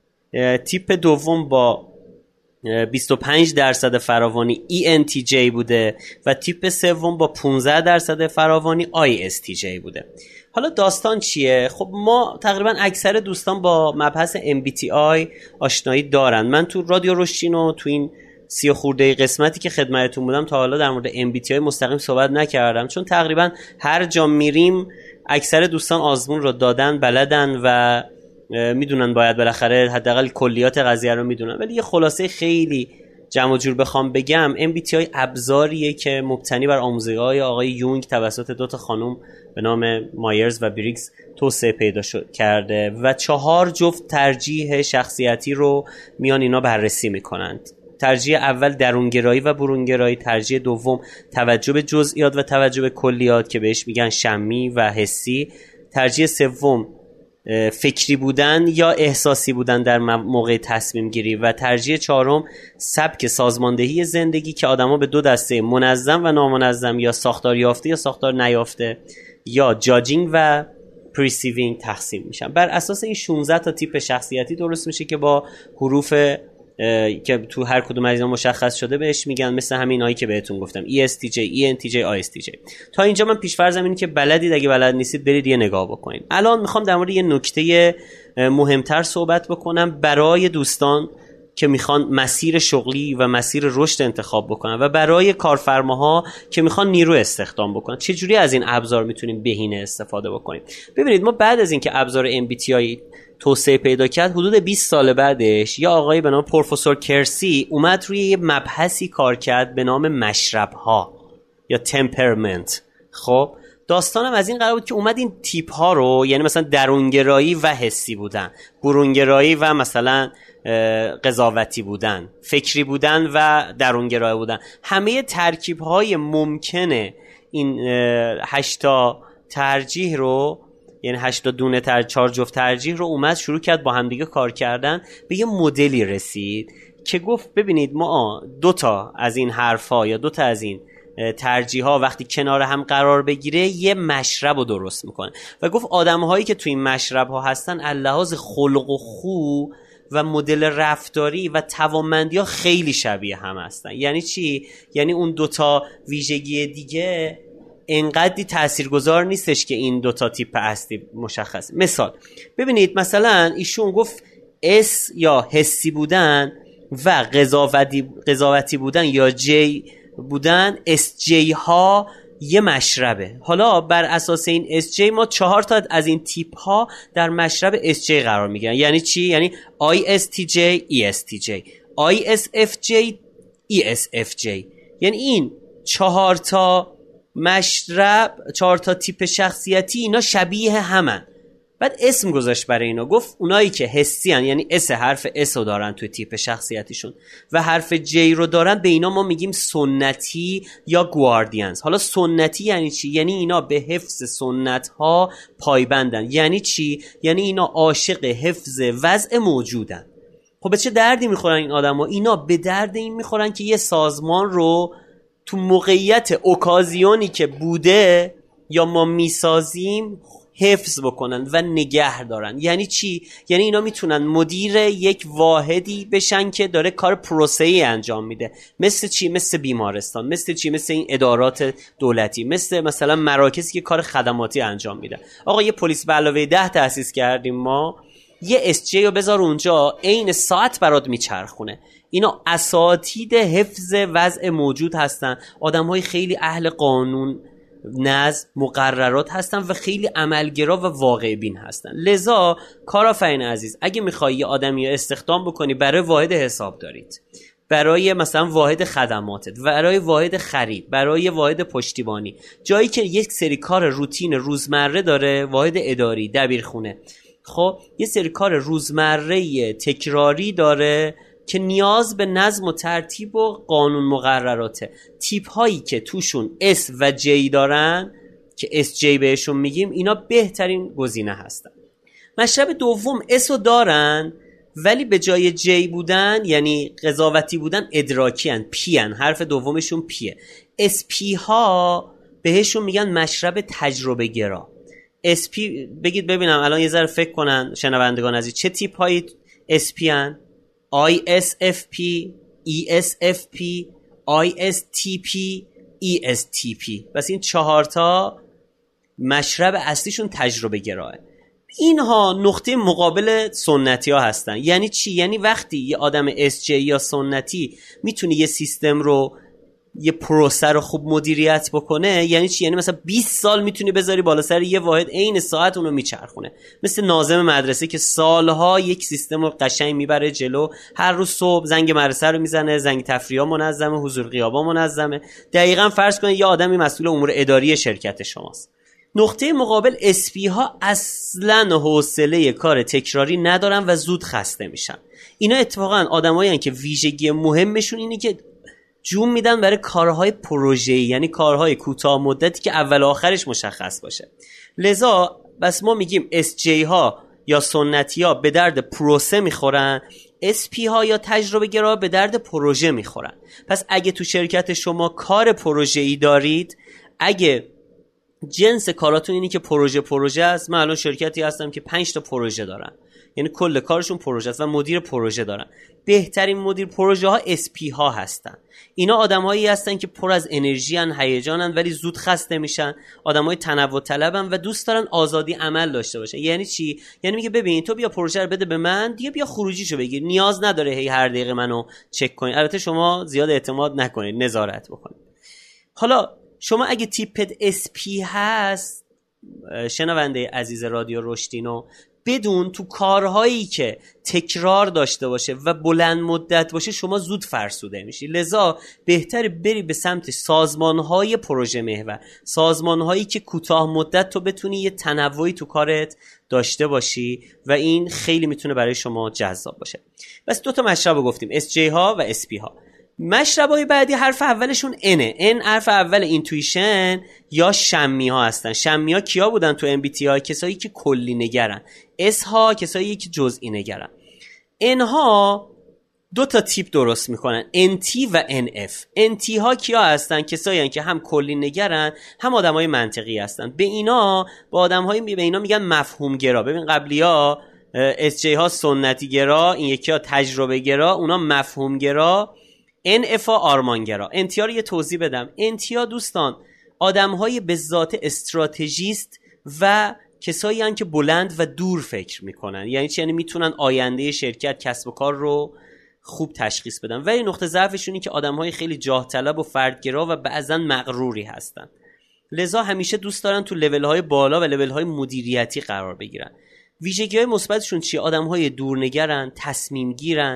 تیپ دوم با بیست و پنج درصد فراوانی ای ان تی جی بوده و تیپ سوم با پانزده درصد فراوانی آی اس تی جی بوده. حالا داستان چیه؟ خب ما تقریبا اکثر دوستان با مبحث ام بی تی آی آشنایی دارن. من تو رادیو روشینو تو این سی و خورده قسمتی که خدمتتون بودم تا حالا در مورد ام بی تی آی مستقیم صحبت نکردم، چون تقریبا هر جا میریم اکثر دوستان آزمون رو دادن، بلدن و میدونن باید بالاخره حداقل کلیات قضیه رو میدونن. ولی یه خلاصه خیلی جمع و جور بخوام بگم، ام بی تی آی ابزاریه که مبتنی بر آموزش‌های آقای یونگ توسط دو تا خانم به نام مایرز و بریگز توسعه پیدا کرده و چهار جفت ترجیح شخصیتی رو میان اینا بررسی میکنند. ترجیح اول درونگرایی و برونگرایی، ترجیح دوم توجه به جزئیات و توجه به کلیات که بهش میگن شمی و حسی، ترجیح سوم فکری بودن یا احساسی بودن در موقع تصمیم گیری و ترجیح چهارم سبک سازماندهی زندگی که آدما به دو دسته منظم و نامنظم یا ساختار یافته یا ساختار نیافته یا جاجینگ و پرسیوینگ تقسیم میشن. بر اساس این شانزده تا تیپ شخصیتی درست میشه که با حروف که تو هر کدوم از اینا مشخص شده بهش میگن، مثل همین هایی که بهتون گفتم ای اس تی جی، ای ان تی جی، آی اس تی جی. تا اینجا من پیش‌فرضم اینه که بلدید، اگه بلد نیستید برید یه نگاه بکنید. الان میخوام در مورد یه نکته مهمتر صحبت بکنم برای دوستان که میخوان مسیر شغلی و مسیر رشد انتخاب بکنن و برای کارفرماها که میخوان نیرو استخدام بکنن. چه جوری از این ابزار میتونیم بهینه استفاده بکنیم؟ ببینید ما بعد از اینکه ابزار ام بی تی آی توسعه پیدا کرد، حدود بیست سال بعدش یا آقای به نام پروفسور کرسی اومد روی یه مبحثی کار کرد به نام مشرب ها یا تمپرمنت. خب داستانم از این قرار بود که اومد این تیپ ها رو، یعنی مثلا درونگرایی و حسی بودن، برونگرایی و مثلا قضاوتی بودن، فکری بودن و درونگرایی بودن، همه ترکیب های ممکنه این هشتا ترجیح رو، یعنی هشتا دونه تر چهار جفت ترجیح رو اومد شروع کرد با همدیگه کار کردن، به یه مدلی رسید که گفت ببینید ما دو تا از این حرفا یا دو تا از این ترجیح ها وقتی کنار هم قرار بگیره یه مشرب رو درست میکنه و گفت آدم هایی که توی این مشرب ها هستن اللحاظ خلق و خو و مدل رفتاری و توانمندی ها خیلی شبیه هم هستن. یعنی چی؟ یعنی اون دوتا ویژگی دیگه انقدری تاثیرگذار نیستش که این دوتا تیپ اصلی مشخص. مثال ببینید، مثلا ایشون گفت اس یا حسی بودن و قضاوتی قضاوتی بودن یا جی بودن، اس جی ها یه مشربه. حالا بر اساس این اس جی ما چهار تا از این تیپ ها در مشرب اس جی قرار میگیرن. یعنی چی؟ یعنی آی اس تی جی، ای اس تی جی، آی اس اف جی، ای اس اف جی. یعنی این چهار تا مشرب، چهار تا تیپ شخصیتی، اینا شبیه همن. بعد اسم گذاشت برای اینا، گفت اونایی که حسی هن، یعنی اس حرف اس رو دارن توی تیپ شخصیتیشون و حرف جی رو دارن، به اینا ما میگیم سنتی یا گواردینز. حالا سنتی یعنی چی؟ یعنی اینا به حفظ سنت ها پایبندن. یعنی چی؟ یعنی اینا عاشق حفظ وضع موجودن. خب به چه دردی میخورن این آدم ها؟ اینا به درد این میخورن که یه سازمان رو تو موقعیت اوکازیونی که بوده یا ما میسازیم حفظ بکنن و نگه دارن. یعنی چی؟ یعنی اینا میتونن مدیر یک واحدی بشن که داره کار پروسه‌ای انجام میده. مثل چی؟ مثل بیمارستان. مثل چی؟ مثل این ادارات دولتی. مثل مثلا مراکزی که کار خدماتی انجام میده. آقا یه پلیس به علاوه ده تأسیس کردیم ما، یه اس جی رو بذار اونجا، عین ساعت برات میچرخونه. اینا اساتید حفظ وضع موجود هستن، آدم‌های خیلی اهل قانون، نظم، مقررات هستن و خیلی عملگرا و واقع بین هستن. لذا کارآفرین عزیز، اگه میخوای یه آدمی رو استخدام بکنی برای واحد حساب دارید، برای مثلا واحد خدماتت، برای واحد خرید، برای واحد پشتیبانی، جایی که یک سری کار روتین روزمره داره، واحد اداری، دبیرخونه، خب یه سری کار روزمره تکراری داره که نیاز به نظم و ترتیب و قانون مقرراته. تیپ هایی که توشون S و J دارن که اس جی بهشون میگیم، اینا بهترین گزینه هستن. مشرب دوم S رو دارن ولی به جای J بودن، یعنی قضاوتی بودن، ادراکی هن، P هن. حرف دومشون Pه. اس پی ها بهشون میگن مشرب تجربه گرا. اس پی بگید ببینم الان یه ذره فکر کنن شنوندگان عزیز، چه تیپ هایی اس پی هن؟ آی اس اف پی، ای اس اف پی، آی اس تی پی، ای اس تی پی. بس این چهار تا مشرب اصلیشون تجربه گراه. اینها نقطه مقابل سنتی ها هستن. یعنی چی؟ یعنی وقتی یه آدم اس جی یا سنتی میتونه یه سیستم رو، یه پروسه رو خوب مدیریت بکنه، یعنی چی؟ یعنی مثلا بیست سال میتونی بذاری بالا سر یه واحد عین ساعت اونو میچرخونه. مثل ناظم مدرسه که سالها یک سیستم رو قشنگ میبره جلو، هر روز صبح زنگ مدرسه رو میزنه، زنگ تفریحا منظمه، حضور غیابا منظمه. دقیقاً فرض کنید یه آدمی مسئول امور اداری شرکت شماست. نقطه مقابل اسپی ها اصلاً حوصله کار تکراری ندارن و زود خسته میشن. اینا اتفاقاً آدمایی هستن که ویژگی مهمشون اینه که جون میدن برای کارهای پروژه‌ای، یعنی کارهای کوتاه مدتی که اول و آخرش مشخص باشه. لذا بس ما میگیم اس جی ها یا سنتی ها به درد پروسه میخورن، اس پی ها یا تجربه گرا به درد پروژه میخورن. پس اگه تو شرکت شما کار پروژه‌ای دارید، اگه جنس کاراتون اینی که پروژه پروژه است، من الان شرکتی هستم که پنج تا پروژه دارن، یعنی کل کارشون پروژه است و مدیر پروژه دارن. بهترین مدیر پروژه ها اس پی ها هستن. اینا آدمایی هستن که پر از انرژی ان، هیجانن ولی زود خسته میشن، آدمای تنوع طلبن و دوست دارن آزادی عمل داشته باشن. یعنی چی؟ یعنی میگه ببین تو بیا پروژه رو بده به من، دیگه بیا خروجیشو بگیر، نیاز نداره هی هر دقیقه منو چک کنی. البته شما زیاد اعتماد نکنید، نظارت بکنید. حالا شما اگه تیپت اس پی هست، شنونده عزیز رادیو رشدینو، بدون تو کارهایی که تکرار داشته باشه و بلند مدت باشه شما زود فرسوده میشی. لذا بهتره بری به سمت سازمانهای پروژه محور، سازمانهایی که کوتاه مدت تو بتونی یه تنوعی تو کارت داشته باشی و این خیلی میتونه برای شما جذاب باشه. بس دو تا مشرب گفتیم، اس جی ها و اس پی ها. مشربای بعدی حرف اولشون انه. ان حرف اول اینتویشن یا شمی ها هستن. شمی ها کیا بودن تو ام بی تی آی؟ کسایی که کلی نگرن. اس ها کسایی که جزئی نگرن. ان ها دو تا تیپ درست میکنن، ان تی و ان اف. ان تی ها کیا هستن؟ کسایی هستن که هم کلی نگرن هم آدمای منطقی هستن. به اینا با آدمهای به اینا میگن مفهوم گرا. ببین قبلیا اس جی ها سنتی گرا، این یکی ها تجربه گرا، اونا مفهوم گرا. ان اف آرمانگرا. انتیا رو یه توضیح بدم. انتیا دوستان آدم‌های به ذات استراتژیست و کسایی هستن که بلند و دور فکر میکنن. یعنی چی؟ یعنی میتونن آینده شرکت، کسب و کار رو خوب تشخیص بدن. ولی نقطه ضعفشون که آدم‌های خیلی جاه طلب و فردگرا و بعضن مغروری هستن. لذا همیشه دوست دارن تو لول‌های بالا و لول‌های مدیریتی قرار بگیرن. ویژگی‌های مثبتشون چیه؟ آدم‌های دورنگرن، تصمیم گیرن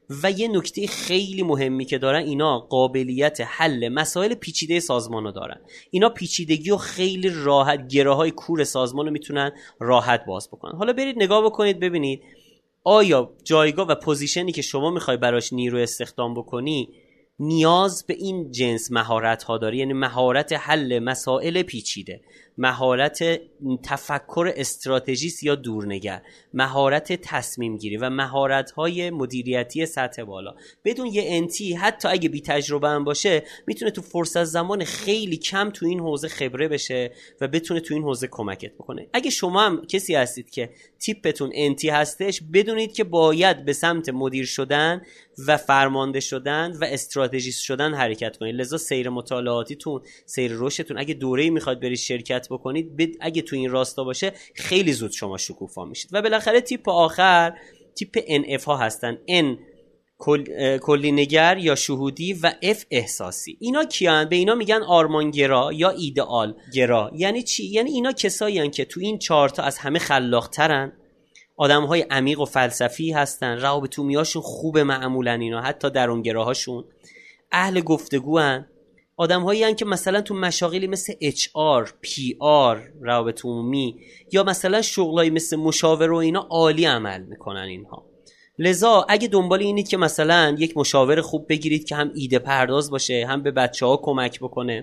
و یه نکته خیلی مهمی که دارن، اینا قابلیت حل مسائل پیچیده سازمانو دارن. اینا پیچیدگی و خیلی راحت گره‌های کور سازمانو میتونن راحت باز بکنن. حالا برید نگاه بکنید ببینید آیا جایگاه و پوزیشنی که شما میخوای براش نیرو استخدام بکنی نیاز به این جنس مهارت ها داره، یعنی مهارت حل مسائل پیچیده، مهارت تفکر استراتژیست یا دورنگر، مهارت تصمیم گیری و مهارت های مدیریتی سطح بالا. بدون یه انتی حتی اگه بی تجربه هم باشه میتونه تو فرصت زمان خیلی کم تو این حوزه خبره بشه و بتونه تو این حوزه کمکت بکنه. اگه شما هم کسی هستید که تیپتون انتی هستش، بدونید که باید به سمت مدیر شدن و فرمانده شدن و استراتژیست شدن حرکت کنید. لذا سیر مطالعاتیتون، سیر رشدتون، اگه دوره‌ای میخواد برید شرکت بکنید، اگه تو این راستا باشه خیلی زود شما شکوفا میشید. و بالاخره تیپ آخر تیپ ان اف ها هستن. ان کل، کلی نگر یا شهودی و اف احساسی. اینا کیان؟ به اینا میگن آرمانگرا یا ایدئال گرا. یعنی چی؟ یعنی اینا کسایی هستن که تو این چهار تا از همه خلاق‌ترن، آدم‌های عمیق و فلسفی هستن، روابط‌عمومی‌هاشون خوبه معمولاً، اینا حتی درونگراهاشون اهل گفتگوان، آدم‌هایی هستن که مثلا تو مشاغلی مثل اچ آر، پی آر، روابط عمومی یا مثلا شغلایی مثل مشاور و اینا عالی عمل میکنن اینها. لذا اگه دنبال اینید که مثلا یک مشاور خوب بگیرید که هم ایده پرداز باشه، هم به بچه‌ها کمک بکنه،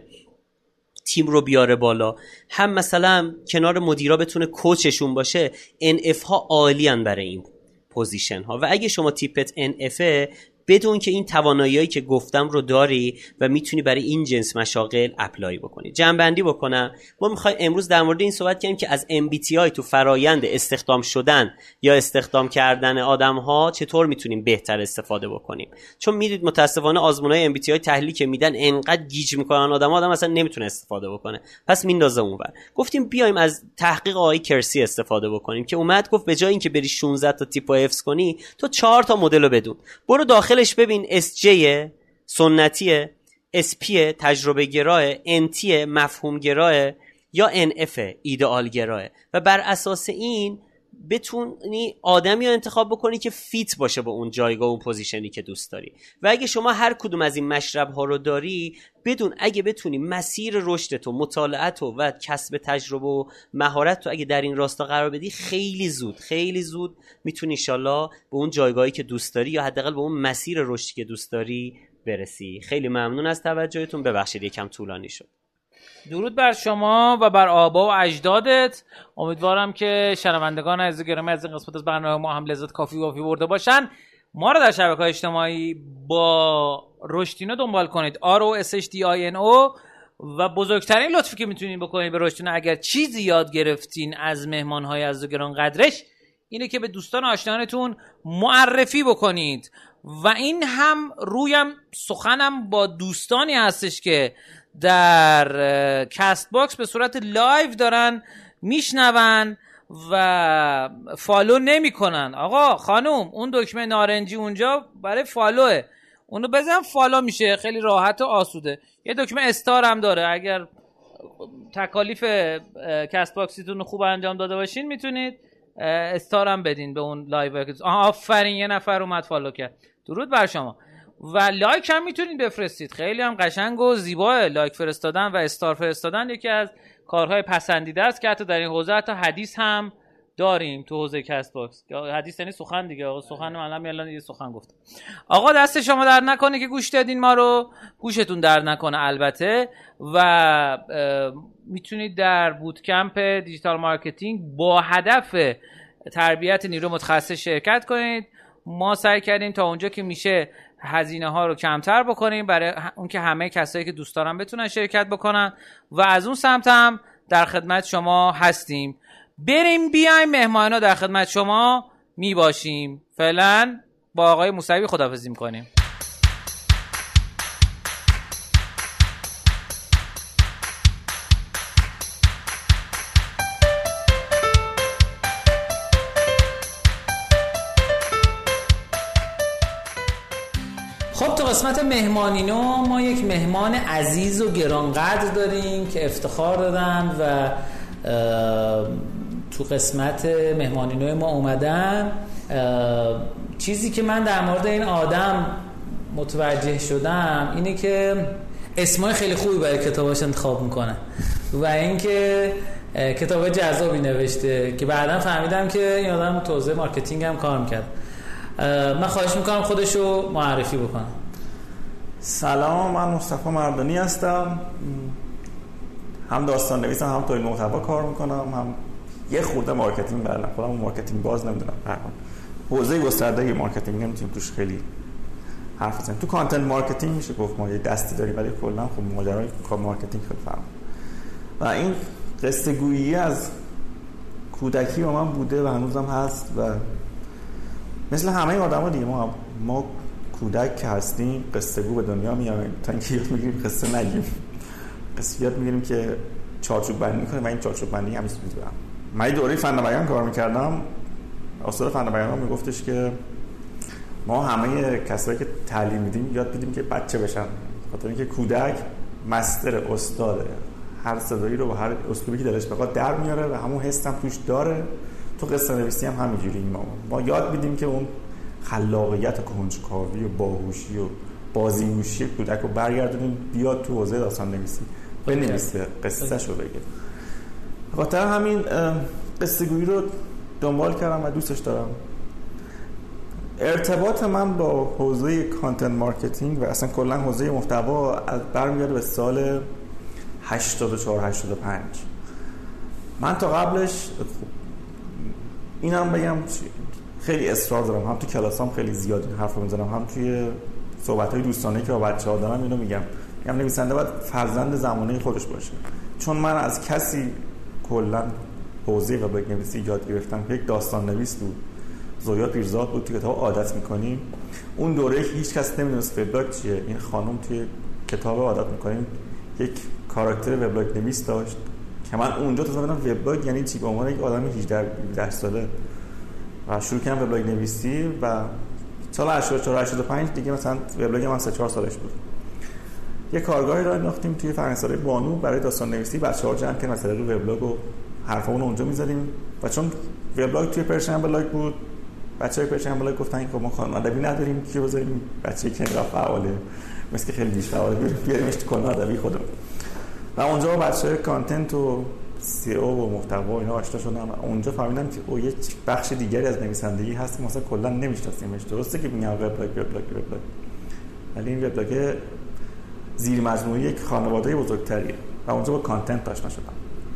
تیم رو بیاره بالا، هم مثلا کنار مدیرا بتونه کوچشون باشه، ان اف ها عالیان برای این پوزیشن ها. و اگه شما تیپت ان اف بدون که این تواناییایی که گفتم رو داری و میتونی برای این جنس مشاغل اپلای بکنی. جمع‌بندی بکنم، ما میخوایم امروز در مورد این صحبت کنیم که از ام بی تی آی تو فرایند استخدام شدن یا استخدام کردن آدم‌ها چطور میتونیم بهتر استفاده بکنیم. چون میدید متاسفانه آزمون‌های ام بی تی آی تحلیلی که میدن انقدر گیج میکنن آدم‌ها، آدم اصلا نمیتونه استفاده بکنه، پس میندازه اونور. گفتیم بیایم از تحقیق آقای کرسی استفاده بکنیم که اومد گفت به جای اینکه بری شانزده تا تیپو حفظ کنی، تو چهار تا مدل رو بدون، برو داخلش ببین اس جی سنتیه، اس پی تجربه گراه، ان تی مفهوم گراه یا ان اف ایدئال گراه و بر اساس این بتونی آدمی رو انتخاب بکنی که فیت باشه با اون جایگاه و اون پوزیشنی که دوست داری. و اگه شما هر کدوم از این مشرب ها رو داری، بدون اگه بتونی مسیر رشدت و مطالعت و کسب تجربه و مهارت تو اگه در این راستا قرار بدی، خیلی زود خیلی زود میتونی ان شاءالله به اون جایگاهی که دوست داری یا حداقل به اون مسیر رشدی که دوست داری برسی. خیلی ممنون از توجهتون. ببخشید یکم طولانی شد. درود بر شما و بر آبا و اجدادت. امیدوارم که شنوندگان عزیز گرامی از این قسمت از برنامه ما هم لذت کافی کافی برده باشن. ما رو در شبکه‌های اجتماعی با رشدینو دنبال کنید، آر او اس اچ دی آی ان او. و بزرگترین لطفی که میتونید بکنید به رشدینو، اگر چیزی یاد گرفتین از مهمان‌های عزیز و گران قدرش، اینه که به دوستان آشنایانتون معرفی بکنید. و این هم رویم سخنم با دوستانی هستش که در کست باکس به صورت لایو دارن میشنون و فالو نمی کنن. آقا خانوم، اون دکمه نارنجی اونجا برای فالوه، اونو بزن فالو میشه، خیلی راحت و آسوده. یه دکمه استار هم داره، اگر تکالیف کست باکسیتون خوب انجام داده باشین میتونید استار هم بدین به اون لایو. آفرین، یه نفر اومد فالو کرد. درود بر شما. و لایک هم میتونید بفرستید، خیلی هم قشنگ و زیباه. لایک فرستادن و استار فرستادن یکی از کارهای پسندیده است که حتی در این حوزه حتی حدیث هم داریم تو حوزه کست باکس. حدیث یعنی سخن دیگه. آقا سخن منم الان یه سخن گفتم. آقا دست شما در نکنه که گوش دادین ما رو، گوشتون در نکنه البته. و میتونید در بوتکمپ دیجیتال مارکتینگ با هدف تربیت نیرو متخصص شرکت کنید. ما سعی کردیم تا اونجا که میشه هزینه ها رو کمتر بکنیم برای اون که همه کسایی که دوست دارن بتونن شرکت بکنن و از اون سمت هم در خدمت شما هستیم. بریم بیایم مهمانا در خدمت شما می باشیم. فعلا با آقای موسوی خداحافظی می‌کنیم. خب تو قسمت مهمانینو ما یک مهمان عزیز و گرانقدر داریم که افتخار دادن و تو قسمت مهمانینو ما اومدن. چیزی که من در مورد این آدم متوجه شدم اینه که اسمای خیلی خوبی برای کتاباش انتخاب میکنه و اینکه کتاب جذابی نوشته که بعداً فهمیدم که این آدم تو حوزه مارکتینگ هم کار میکرد. من خواهش میکنم خودشو معرفی بکنم. سلام، من مصطفی مردانی هستم. هم داستان نویسم، هم تولید محتوا کار میکنم، هم یه خورده مارکتینگ بلدم. خودم مارکتینگ باز نمیدونم. حوزه گسترده مارکتینگ نمیتونیم توش خیلی حرف بزنیم. تو کانتنت مارکتینگ میشه گفت ما یه دستی داریم، ولی کلا خب ماجرای مارکتینگ خیلی فرق و این قصه گویی از کودکی با من بوده و هنوزم هست و مثل همه آدما دیگه ما ما کودک که هستیم قصه گو به دنیا میایم تا اینکه یاد میگیریم قصه نگیم. قصه یاد میگیریم که چارچوب بندی کنیم و این چارچوب بندی همین چیزی دارم. من دوره فن بیان کار میکردم. استاد فن بیان میگفتش که ما همه کسایی که تعلیم میدیم یاد بدیم که بچه بشن، خاطر اینکه کودک مستر استاده، هر صدایی رو و هر اسلوبی که دلش بخواد در میاره و همون حس هم توش داره. تو قصه نویسی هم همینجوری ما ما یاد میدیم که اون خلاقیت و کنجکاوی و باهوشی و بازیگوشی کودک رو برگردونیم بیاد تو حوزه داستان نویسی بنویسه، قصه‌شو بگه. خاطر همین قصه گویی رو دنبال کردم و دوستش دارم. ارتباط من با حوزه کانتنت مارکتینگ و اصلا کلا حوزه محتوا از برمیاد به سال هشتاد و چهار هشتاد و پنج. من تا قبلش اینم بگم خیلی اصرار دارم، هم تو کلاسام خیلی زیاد این حرفو میزنم، هم توی صحبت‌های دوستانه که با بچه‌ها دارم اینو میگم. میگم نویسنده باید فرزند زمانه خودش باشه. چون من از کسی کلا حوزه وبلاگ نویسی یاد گرفتم که یک داستان نویس بود، زویا پیرزاد بود، تو کتاب عادت میکنیم. اون دوره هیچ کس نمیدونست وبلاگ چیه. این خانم توی کتاب عادت میکنیم یک کاراکتر وبلاگ نویس داشت که من اونجا تا فهمیدم وبلاگ یعنی چی، به عنوان یک آدم هجده ساله و شروع کردم وبلاگ نویسی و سال هشتاد و چهار هشتاد و پنج دیگه مثلا وبلاگ من سه چهار سالش بود. یه کارگاهی راه انداختیم توی فرهنگسرای بانو برای داستان نویسی. بچه‌ها جمع کردن مثلا رو وبلاگ و حرفامون اونجا می‌زدیم و چون وبلاگ توی پرشن بلاگ بود، بچه‌های پرشن بلاگ گفتن که ما خانم ادبی نداریم که بذاریم بچه‌ای که انقدر فعاله مثل خیلی بیش فعاله بیاریمش تو کانال ادبی خودمون. و اونجا با بچه‌های کانتنت و سی او و محتوا اینا آشنا شدم و اونجا فهمیدم که او یک بخش دیگری از نویسندگی هست که مثلا کلا نمی‌شناسیمش. درسته که میگن وبلاگ وبلاگ وبلاگ، ولی این وبلاگ زیر مجموعه یک خانواده بزرگتریه و اونجا با کانتنت آشنا شدم.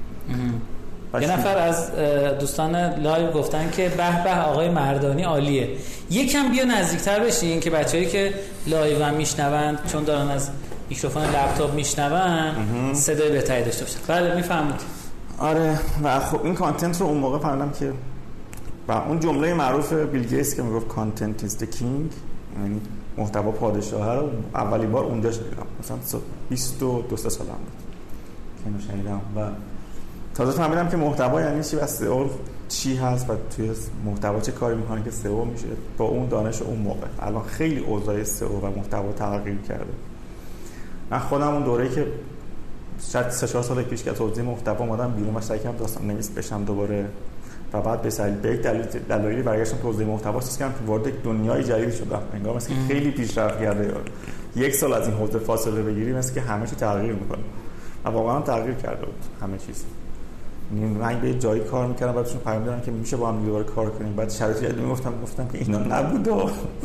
یه نفر از دوستان لایو گفتن که به به آقای مردانی عالیه. یکم بیا نزدیکتر بشین که بچه‌ای که لایو هم میشنوند چون دارن از میکروفون لپتاپ میشنون صدای بهتری داشته باشن. بله میفهمید. آره و خب این کانتنت رو اون موقع فهمیدم که و اون جمله معروف بیل گیتس که میگفت کانتنت از the king، یعنی محتوا پادشاهه، رو اولین بار اونجا شنیدم. مثلا بیست و دو سالم بود که اینو شنیدم و تازه فهمیدم که محتوا یعنی چی و سئو چی هست و توی محتوا چه کاری میکنه که سئو میشه با اون دانش اون موقع. الان خیلی اوضاع سئو و محتوا تغییر کرده. من خودم اون دوره‌ای که شاید سه چهار سال پیش که توضیح محتوا اومدم بیرون و سعی کردم داستان نویس بشم دوباره و بعد به سری به یک دلیل دلایلی برگشتم توضیح محتوا اساس کردم که وارد دنیای جدیدی شدم. انگار مثل خیلی پیشرفت کرده. یک سال از این حوزه فاصله بگیری مثل که همه چی تغییر میکنه و واقعا تغییر کرده بود همه چیز. من به جایی کار میکردم بعدشون پیام دادن که میشه با هم دوباره کار کنیم. بعد شرایطی جدید میگفتم گفتم که اینا نبود و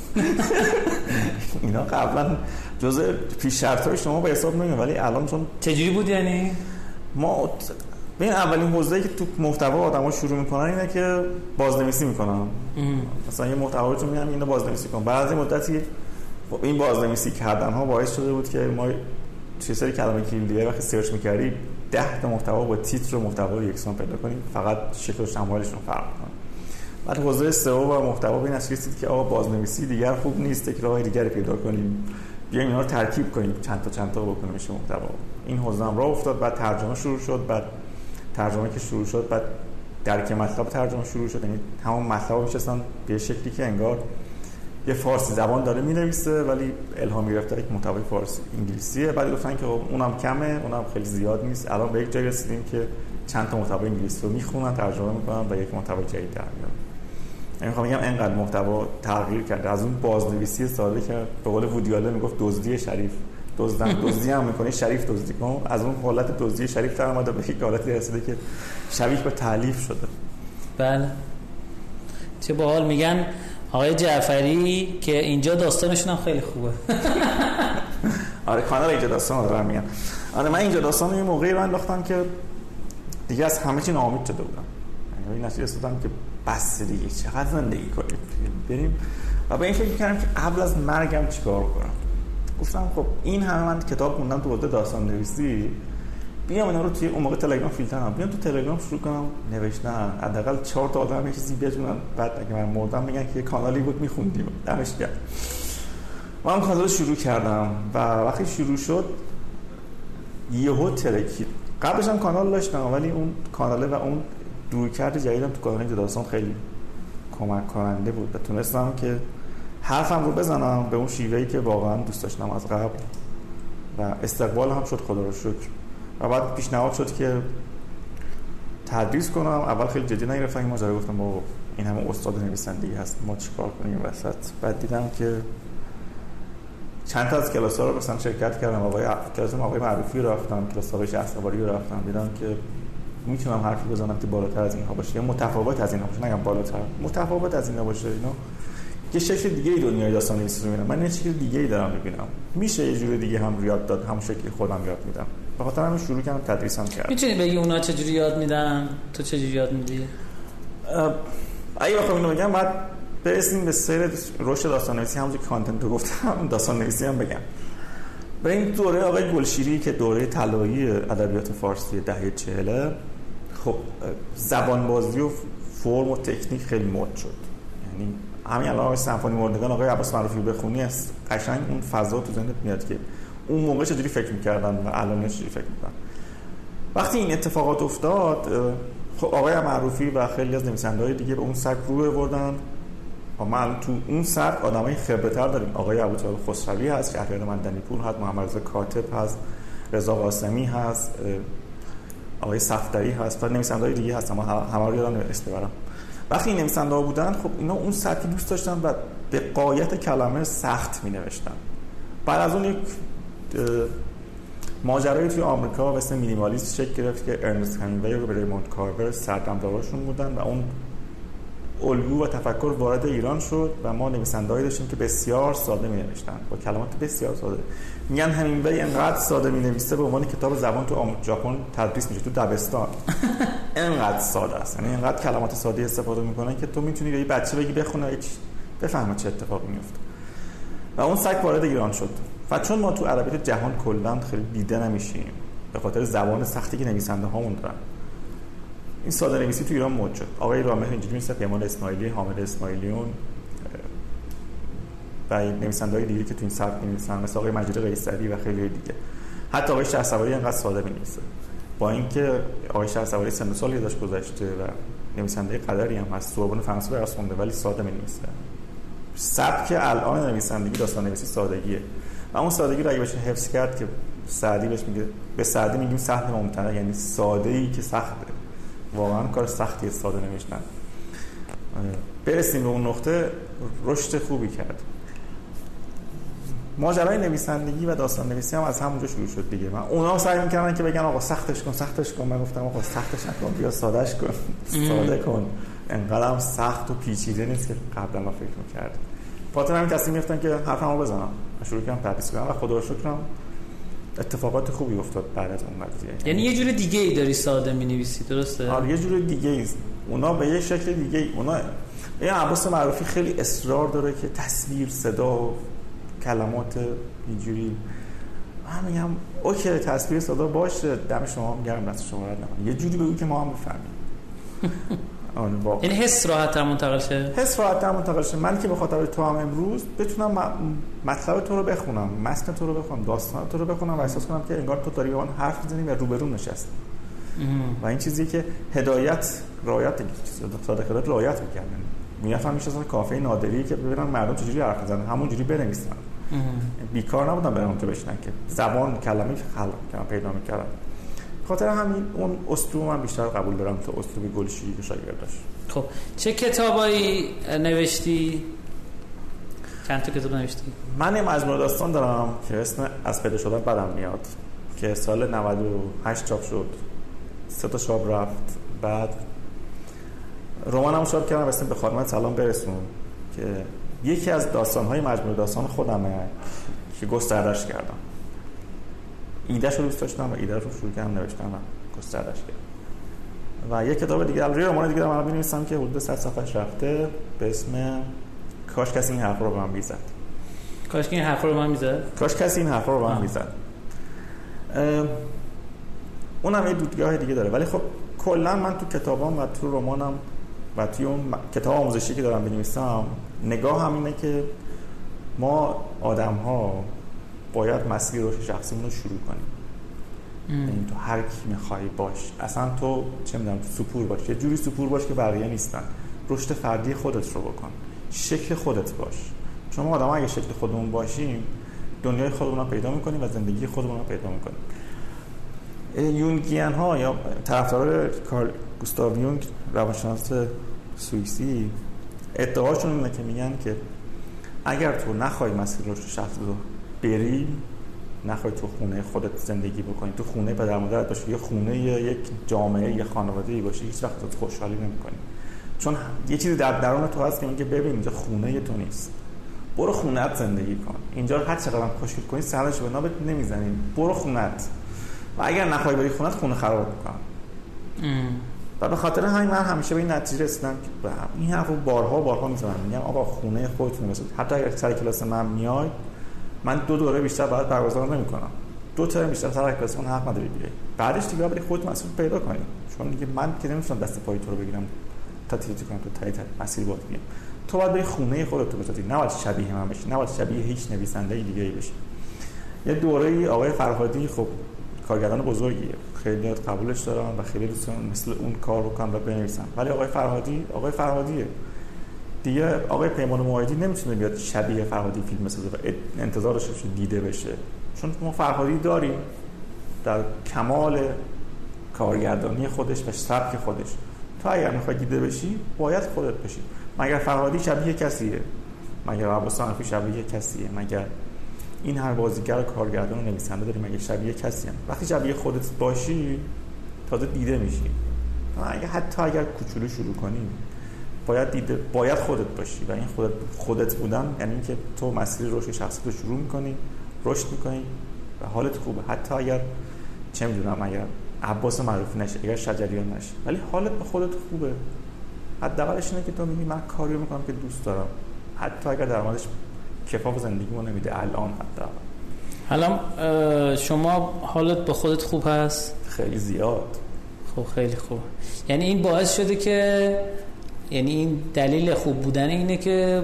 اینا قبلا جزء پیشرفت‌های شما به حساب نمیاد، ولی الان چون چجوری بود یعنی ما ببین اولین حوزه‌ای که تو محتوا آدم‌ها شروع میکنن اینه که بازنویسی میکنن. مثلا یه محتوا رو میگم اینو بازنویسی کن. بعد از این مدتی این بازنویسی کردن‌ها باعث شده بود که ما چه سری کلمه کلیدیه وقتی سرچ می‌کردی ده تا محتوا با تیتر و محتوا یکسان پیدا کنیم، فقط شکل و شمایلشون فرق می‌کنه. بعد حوزه سئو و محتوا به این نتیجه رسید که آقا بازنویسی دیگر خوب نیست، یک راه دیگری پیدا کنیم، بیایم اینا رو ترکیب کنیم، چند تا چند تا بکنیم میشه محتوا. این حوزه هم راه افتاد. بعد ترجمه شروع شد. بعد ترجمه که شروع شد بعد درک مطلب ترجمه شروع شد. یعنی تمام مطلب میشستن به شکلی که انگار یه فارسی زبان داره مینویسه ولی الهام گرفته یک محتوای فارسی انگلیسیه. بعد گفتن که اونم کمه، اونم خیلی زیاد نیست. الان به یک جایی رسیدیم که چند تا محتوای انگلیسی رو میخونن، ترجمه میکنن و یک محتوای جدید در میارن. میخوام بگم اینقدر محتوا تغییر کرده، از اون بازنویسی ساده که به قول وودی آلن میگفت دزدی شریف، دزدم دزدی هم میکنی شریف دزدی کن، از اون حالت دزدی شریف در اومده به یک حالتی رسیده که شبیه به تالیف شده. بله چه باحال. میگن آقای جعفری که اینجا داستانشون هم خیلی خوبه. آره کانال اینجا داستان دارم میگن. آره من اینجا داستان یه موقعی رو انداختم که دیگه از همه چی ناامید شده بودم، یعنی نتیجه رسیدم که بس دیگه چقدر زندگی کنیم بریم و به این فکر کردم که قبل از مرگم چیکار کنم. گفتم خب این همه من کتاب خوندم تو حوزه داستان نویسی، بیام اینا رو توی اون موقع تلگرام فیلتر کنم، بیام تو تلگرام شروع کنم نوشتن، حداقل چهار تا آدم یه چیزی بجونن، بعد اگه من مردم میگن که یه کانالی بود میخوندیم دمش گرم. من اون کانال رو شروع کردم و وقتی شروع شد یهو ترکید. قبلش هم کانال داشتم ولی اون کاناله و اون رویکرد جدیدم تو کانال داستان خیلی کمک کننده بود و تونستم که حرفم رو بزنم به اون شیوهی که واقعا دوست داشتم از قبل و استقبال هم شد خدا رو شکر. و بعد پیشنهاد شد که تدریس کنم. اول خیلی جدی نگرفتم این ماجرا، گفتم بابا این همه استاد نویسندگی هست ما چیکار کنیم وسط. بعد دیدم که چند تا از کلاس‌ها رو مثلا شرکت کردم، آقای کلاس آقای معروفی رو رفتم، کلاس آقای شهسواری رو رفتم، دیدم که میتونم حرفی بزنم که بالاتر از اینها باشه یا متفاوت از اینها باشه، نگم بالاتر، متفاوت از اینها باشه. اینا یه شکل دیگه ای دنیای داستان نویسی رو میبینم، من یه شکل دیگه ای دارم میبینم، میشه یه جور دیگه هم یاد داد، همون شکلی خودم یاد میدم. به خاطر همین شروع کردم تدریسم کردم. میتونی بگی اونا چه جوری یاد میدن، تو چه جوری یاد میدی؟ اگه بخوام اینو بگم بعد برسیم به سیر رشد داستان نویسی، همونجوری که کانتنت رو گفتم داستان نویسی هم بگم. به این دوره آقای گلشیری که دوره طلایی ادبیات فارسی دهه چهل، خب زبان بازی و فرم و تکنیک خیلی مد شد. یعنی همین الان آقای سمفونی مردگان آقای عباس معروفی بخونی است، قشنگ اون فضا تو ذهنت میاد که اون موقع چجوری فکر می‌کردن و الان چجوری فکر می‌کنن. وقتی این اتفاقات افتاد، خب آقای معروفی و خیلی از نویسنده‌های دیگه به اون سبک رو بردن و ما تو اون سبک آدمای خبره‌تر داریم. آقای ابوطالب خسروی هست، شهریار مندنی‌پور هست، محمد رضا کاتب هست، رضا قاسمی هست، آقای صفدری هست و نویسنده‌های دیگه هستن، ما همه رو یادم اسم ببرم. وقتی این نویسنده‌ها بودن خب اینا اون سبکی دوست داشتن و به غایت کلمه سخت می‌نوشتن. بعد از اون یک ماجرایی توی آمریکا به اسم مینیمالیسم شکل گرفت که ارنست همینگوی و ریموند کارور سردمداراشون بودن و اون الگو و تفکر وارد ایران شد و ما نویسنده‌ای داشتیم که بسیار ساده می‌نوشتن با کلمات بسیار ساده. میگن همینگوی انقدر ساده می‌نویسه به عنوان کتاب زبان تو ژاپن تدریس میشه تو دبستان. انقدر ساده است، یعنی انقدر کلمات ساده استفاده می‌کنن که تو می‌تونی به یه بچه بگی بخونه هیچ بفهمه چه اتفاقی میفته. و اون سبک وارد ایران شد. و چون ما تو ادبیات جهان کلاً خیلی دیده نمیشیم به خاطر زبان سختی که نویسنده هامون دارن، این ساده نویسی تو ایران مد شد. آقای رامح اینجوری مثل پیمان اسماعیلی، حامد اسماعیلیون و نویسنده‌های دیگه که تو این سبک می‌نویسن مثل آقای مجید قیصری و خیلی دیگه. حتی آقای شهسواری انقدر ساده می‌نویسه با اینکه آقای شهسواری سن و سالی داشت گذشته و نویسنده قدری هم هست، سوربن فرانسه درس خونده ولی ساده می‌نویسه. سبک الان نویسندگی داستان نویسی سادگیه و اون سادگی رو اگه بشه حفظ کرد که سعدی بهش میگه، به سعدی میگیم سهل ممتنع، یعنی ساده‌ای که سخته، واقعا کار سختیه ساده نوشتن. برسیم به اون نقطه رشد خوبی کرد. ماجرای نویسندگی و داستان نویسی هم از همونجا شروع شد دیگه. من اونا سعی می‌کردن که بگن آقا سختش کن سختش کن، من گفتم آقا سختش نکن، بیا سادهش کن. ساده کن، انقدر هم سخت و پیچیده نیست که قبلا ما فکر می‌کردیم. خاطر همین تصمیم گرفتم که حرفمو بزنم، شروع کردم تدریس کنم و خدا رو شکرم اتفاقات خوبی افتاد بعد از اون قضیه. یعنی یه جور دیگه ای داری ساده می‌نویسی، درسته؟ آره یه جور دیگه ای. اونا به یه شکل دیگه ای. اونا یه عباس معروفی خیلی اصرار داره که تصویر، صدا و کلمات اینجوری، من میگم اوکی تصویر صدا باشه، دم شما هم گرم، دست شما رد نکنه، یه جوری بگو که ما هم بفهمیم. آره واقعا این حس راحت‌تر منتقل شه، حس راحت‌تر منتقل شه. من که به خاطر تو هم امروز بتونم مطلب تو رو بخونم، متن تو رو بخونم، داستان تو رو بخونم و احساس کنم که انگار تو داری با من حرف می‌زنی و روبرو نشستی. و این چیزی که هدایت رعایت دیگه، صادق خدمت رعایت می‌کنن. میافهم میشه اصلا کافه نادری که ببینن مردم چجوری حرف می‌زنن، همونجوری بنویسن. بیکار نبودن برام تو بشنن که زبان کلمه‌ای خلق کردن، پیدا می‌کردن. خاطر همین اون اسلوب من بیشتر قبول دارم تا اسلوب گلشیری که شاگرداش. خب چه کتابایی نوشتی؟ چند تا کتاب نوشتی؟ من یه مجموعه داستان دارم که اسم از پیدا شدن بدم میاد که سال نود و هشت چاپ شد، سه تا چاپ رفت. بعد رمانمو چاپ کردم اسم به خانم سلام برسون که یکی از داستان‌های مجموعه داستان خودمه که گستردش کردم. ایده‌ش رو دوست داشتم و ایده رو شروع کردم نوشتن و گستردش کردم. و یک کتاب دیگه البته رمان دیگه من می‌نویسم که حدود صد صفحه‌اش رفته به اسم کاش کسی این حرفا رو به من میزد. کاش که این حرفا رو به من میزد. کاش کسی این حرفا رو به من میزد. اونم یه دیدگاه دیگه داره، ولی خب کلا من تو کتابام و تو رمانم و توی اون کتاب آموزشی که دارم می‌نویسم نگاه هم اینه که ما آدم‌ها باید مسیر رشد شخصیمون رو شروع کنیم. یعنی تو هر کی می‌خوای باش، اصلا تو چه می‌دونم تو سپور باش، یه جوری سپور باش که بقیه نیستن. رشد فردی خودت رو بکن، شکل خودت باش. چون ما آدم‌ها اگه شکل خودمون باشیم دنیای خودمون رو پیدا می‌کنیم و زندگی خودمون رو پیدا می‌کنیم. یونگیان ها یا طرفداران کارل گوستاو یونگ روانشناس سوئیسی ادعاشون اینه که میگن که اگر تو نخوای مسیر رشد شخصی رو بری، نخوای تو خونه خودت زندگی بکنی، تو خونه پدر مادرت باشی یا خونه یک جامعه یا خانواده‌ای باشی، هیچ وقت تو خوشحالی نمی‌کنی. چون یه چیزی در درون تو هست که میگه ببین اینجا خونه تو نیست، برو خونه‌ت زندگی کن. اینجا هر چقدر هم خوشگل کنی سرش به نابت نمیزنی، برو خونه‌ت. و اگر نخوای بری خونه‌ت خونه خراب می‌کنن. و به خاطر همین من همیشه به این نتیجه رسیدم که این حرفو بارها بارها می‌زنم، میگم آقا خونه خودتون بسازید. حتی اگر سر کلاس من میای من دو دوره بیشتر بعد برگزار نمی‌کنم. دو تا بیشتر سر کلاس من حق نداری بیای. بعدش دیگه برای خودت مسئول پیدا کنی. چون دیگه من که نمی‌تونم دست پای تو رو بگیرم تا تیتو کنم تو تای مسیر باید بیام. تو باید بری خونه خودت رو بسازی، نه باید شبیه من بشی، نه باید شبیه هیچ نویسنده دیگه‌ای بشی. یه دوره‌ای آقای فرهادی خب کارگردان بزرگیه، خیلی قبولش دارم و خیلی دوست دارم مثل اون کار رو کنم و بنویسم، ولی آقای فرهادی آقای فرهادیه دیگه. آقای پیمان موحدی نمیتونه بیاد شبیه فرهادی فیلم بسازه و انتظارش رو دیده بشه، چون ما فرهادی داریم در کمال کارگردانی خودش و سبک خودش. تو اگر میخوای دیده بشی باید خودت بشی. مگر فرهادی شبیه کسیه؟ مگر عباس حنفی شبیه کسیه؟ مگر این هر بازیگر کارگردان و نویسنده داریم مگه شبیه کسی هم؟ وقتی شبیه خودت باشی تازه دیده میشی. اگه حتی اگر کوچولو شروع کنی باید دیده، باید خودت باشی و این خودت خودت بودن یعنی اینکه تو مسیر رشد شخصی رو شروع میکنی، رشد میکنی و حالت خوبه. حتی اگر چه میدونم اگر عباس معروفی نشی، اگر شجریان نشی، ولی حالت به خودت خوبه. حداقلش اینه که تو میگی من کاریو میکنم که دوست دارم، حتی اگر درآمدش کفاف زندگیمو نمیده الان. حتی الان شما حالت با خودت خوب هست؟ خیلی زیاد. خب خیلی خوب. یعنی این باعث شده که یعنی این دلیل خوب بودن اینه که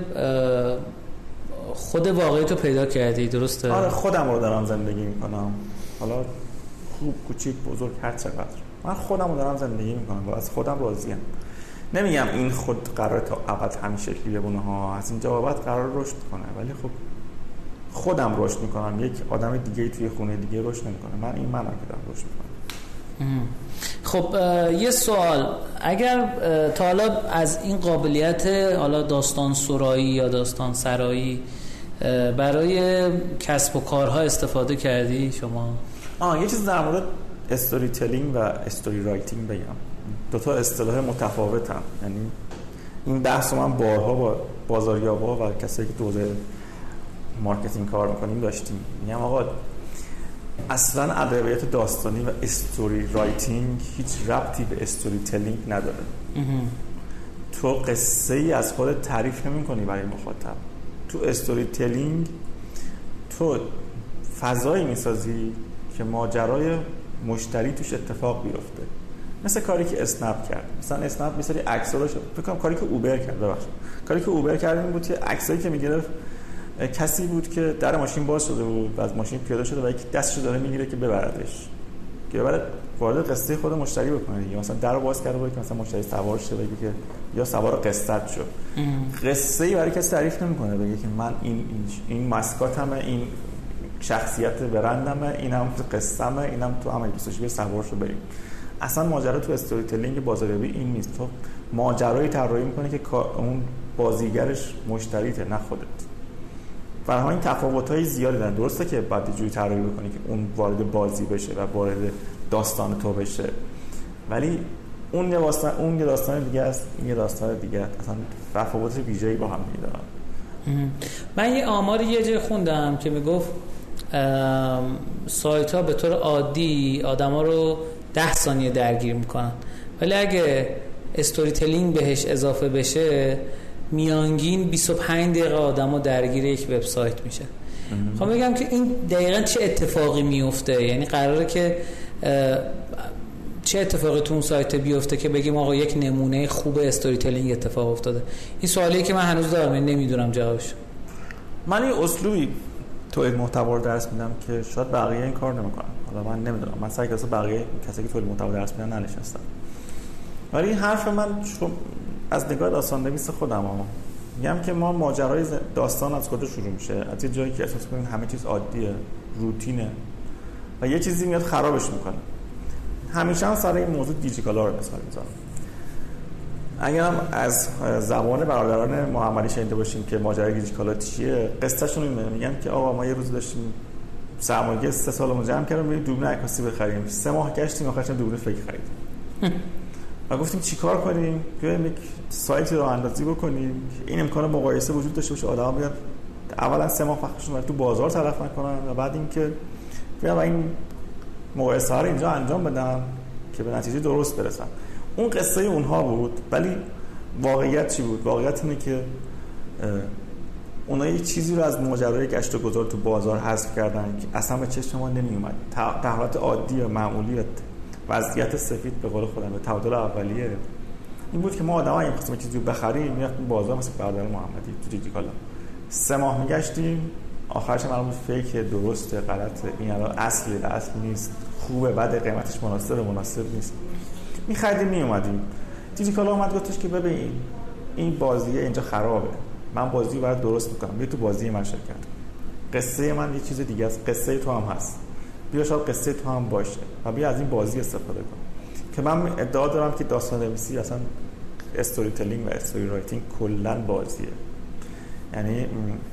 خود واقعی تو پیدا کردی، درسته؟ آره خودم رو دارم زندگی میکنم، حالا خوب کوچیک بزرگ هر چقدر من خودم رو دارم زندگی میکنم و از خودم راضیم. نمیگم این خود قراره تا ابد همین شکلی بمونه ها، از اینجا به بعد قرار رشد کنه، ولی خب خودم رشد میکنم، یک آدم دیگه توی خونه دیگه رشد نمیکنه. من این منم که دارم رشد میکنم. خب یه سوال، اگر تا حالا از این قابلیت حالا داستان سرایی یا داستان سرایی برای کسب و کارها استفاده کردی شما؟ آه یه چیز در مورد استوری تلینگ و استوری رایتینگ بگم. دو تا اصطلاح متفاوتن، یعنی این بحث رو من بارها با بازاریابا و کسایی که تو حوزه مارکتینگ کار میکنیم داشتیم. میگم آقا اصلا ادبیات داستانی و استوری رایتینگ هیچ ربطی به استوری تلینگ نداره. تو قصه ای از خودت تعریف نمی کنی برای مخاطب. تو استوری تلینگ تو فضایی میسازی که ماجرای مشتری توش اتفاق بیفته، مثل کاری که اسنپ کرد. مثلا اسنپ می‌سری عکس‌ها رو فکر کنم کاری که اوبر کرد، ببخشید کاری که اوبر کرد این بود که عکسایی که میگرفت کسی بود که در ماشین باز شده بود و از ماشین پیاده شده و یکی دستشو داره میگیره که ببردش، که ببره وارد قصه خود مشتری بکنه. یا مثلا درو باز کرده بود که مثلا مشتری سوار شه بگه که یا سوار قصت شد. قصه‌ای برای کسی تعریف نمی‌کنه، بگه که من این این, این مسکاتمه، این شخصیت برندمه، اینم تو قصه‌مه، اینم تو هم دوستش بیا سوارشو بریم. اصلا ماجرا تو استوری تلینگ بازاریابی این نیست. تو ماجرایی طراحی می‌کنی که اون بازیگرش مشتریته نه خودت. برای این تفاوت‌های زیادی دارن. درسته که بعد یه جوری طراحی بکنی که اون وارد بازی بشه و وارد داستان تو بشه، ولی اون یه داستان اون یه داستان دیگه است، این یه داستان دیگه است. اصلا تفاوت ویژه‌ای با هم دارن. من یه آماری یه جای خوندم که میگفت سایت ها به طور عادی آدما رو ده ثانیه درگیر میکنن، ولی اگه استوری تلینگ بهش اضافه بشه میانگین بیست و پنج دقیقه آدما درگیر یک وبسایت میشه. خب میگم که این دقیقاً چه اتفاقی میفته؟ یعنی قراره که چه اتفاقی تو اون سایت بیفته که بگیم آقا یک نمونه خوب استوری تلینگ اتفاق افتاده؟ این سوالیه که من هنوز دارم، من نمیدونم جوابش. من این اسلوبی تولید محتوا رو درس میدم که شاید بقیه این کار نمیکنن. حالا من نمیدونم، من سعی کردم بقیه کسایی که تولید محتوا درس میدن ننشستم. ولی این حرف من از نگاه داستان نویس خودم ها میگم که ما ماجرای داستان از کجا شروع میشه؟ از یه جایی که احساس می‌کنیم همه چیز عادیه، روتینه و یه چیزی میاد خرابش میکنه. همیشه هم سر این موضوع دیجیکالا رو مثال میزنم. اگرم از زبان برادران محمدی شنیده باشیم که ماجرای دیجیکالا چیه، قصه‌شون اینه. میگم که آقا ما یه روز داشتیم سرمایه سه سالمون جمع کردیم بریم دوربین عکاسی بخریم. سه ماه گشتیم آخرش دوربین فیک خریدیم. و گفتیم چیکار کنیم؟ بیایم یک سایتی رو اندازی بکنیم این امکان مقایسه وجود داشته باشه، آدما بیان اولا سه ماه وقتشون رو تو بازار تلف نکنن و بعد اینکه بیان این مقایسه رو اینجا انجام بدن که به نتیجه درست برسن. اون قصه اونها بود، ولی واقعیت چی بود؟ واقعیت اینه که اونها یک چیزی رو از ماجرای گشت و گذار تو بازار حذف کردن که اصلا به چشم ما نمی اومد. در حالت عادی و معمولی وضعیت سفید به قول خودم به تعادل اولیه این بود که ما آدم‌ها این قسمت چیزی رو بخریم میرفتیم بازار مثل برادر محمدی تو دیجیکالا سه ماه میگشتیم آخرش معلوم فیک، درسته، غلطه، این الان اصلی اصل نیست، خوبه، بعد قیمتش مناسب مناسب نیست، می‌خریدیم میومدیم. دیجیکالا اومد گفتش که ببین این بازیه اینجا خرابه، من بازی رو برات درست می‌کنم، بیا تو بازی من شرکت کن. قصه من یه چیز دیگه است، قصه تو هم هست، بیا شاید قصه تو هم باشه و بیا از این بازی استفاده کن. که من ادعا دارم که داستان نویسی اصلا استوری تلینگ و استوری رایتینگ کلا بازیه. یعنی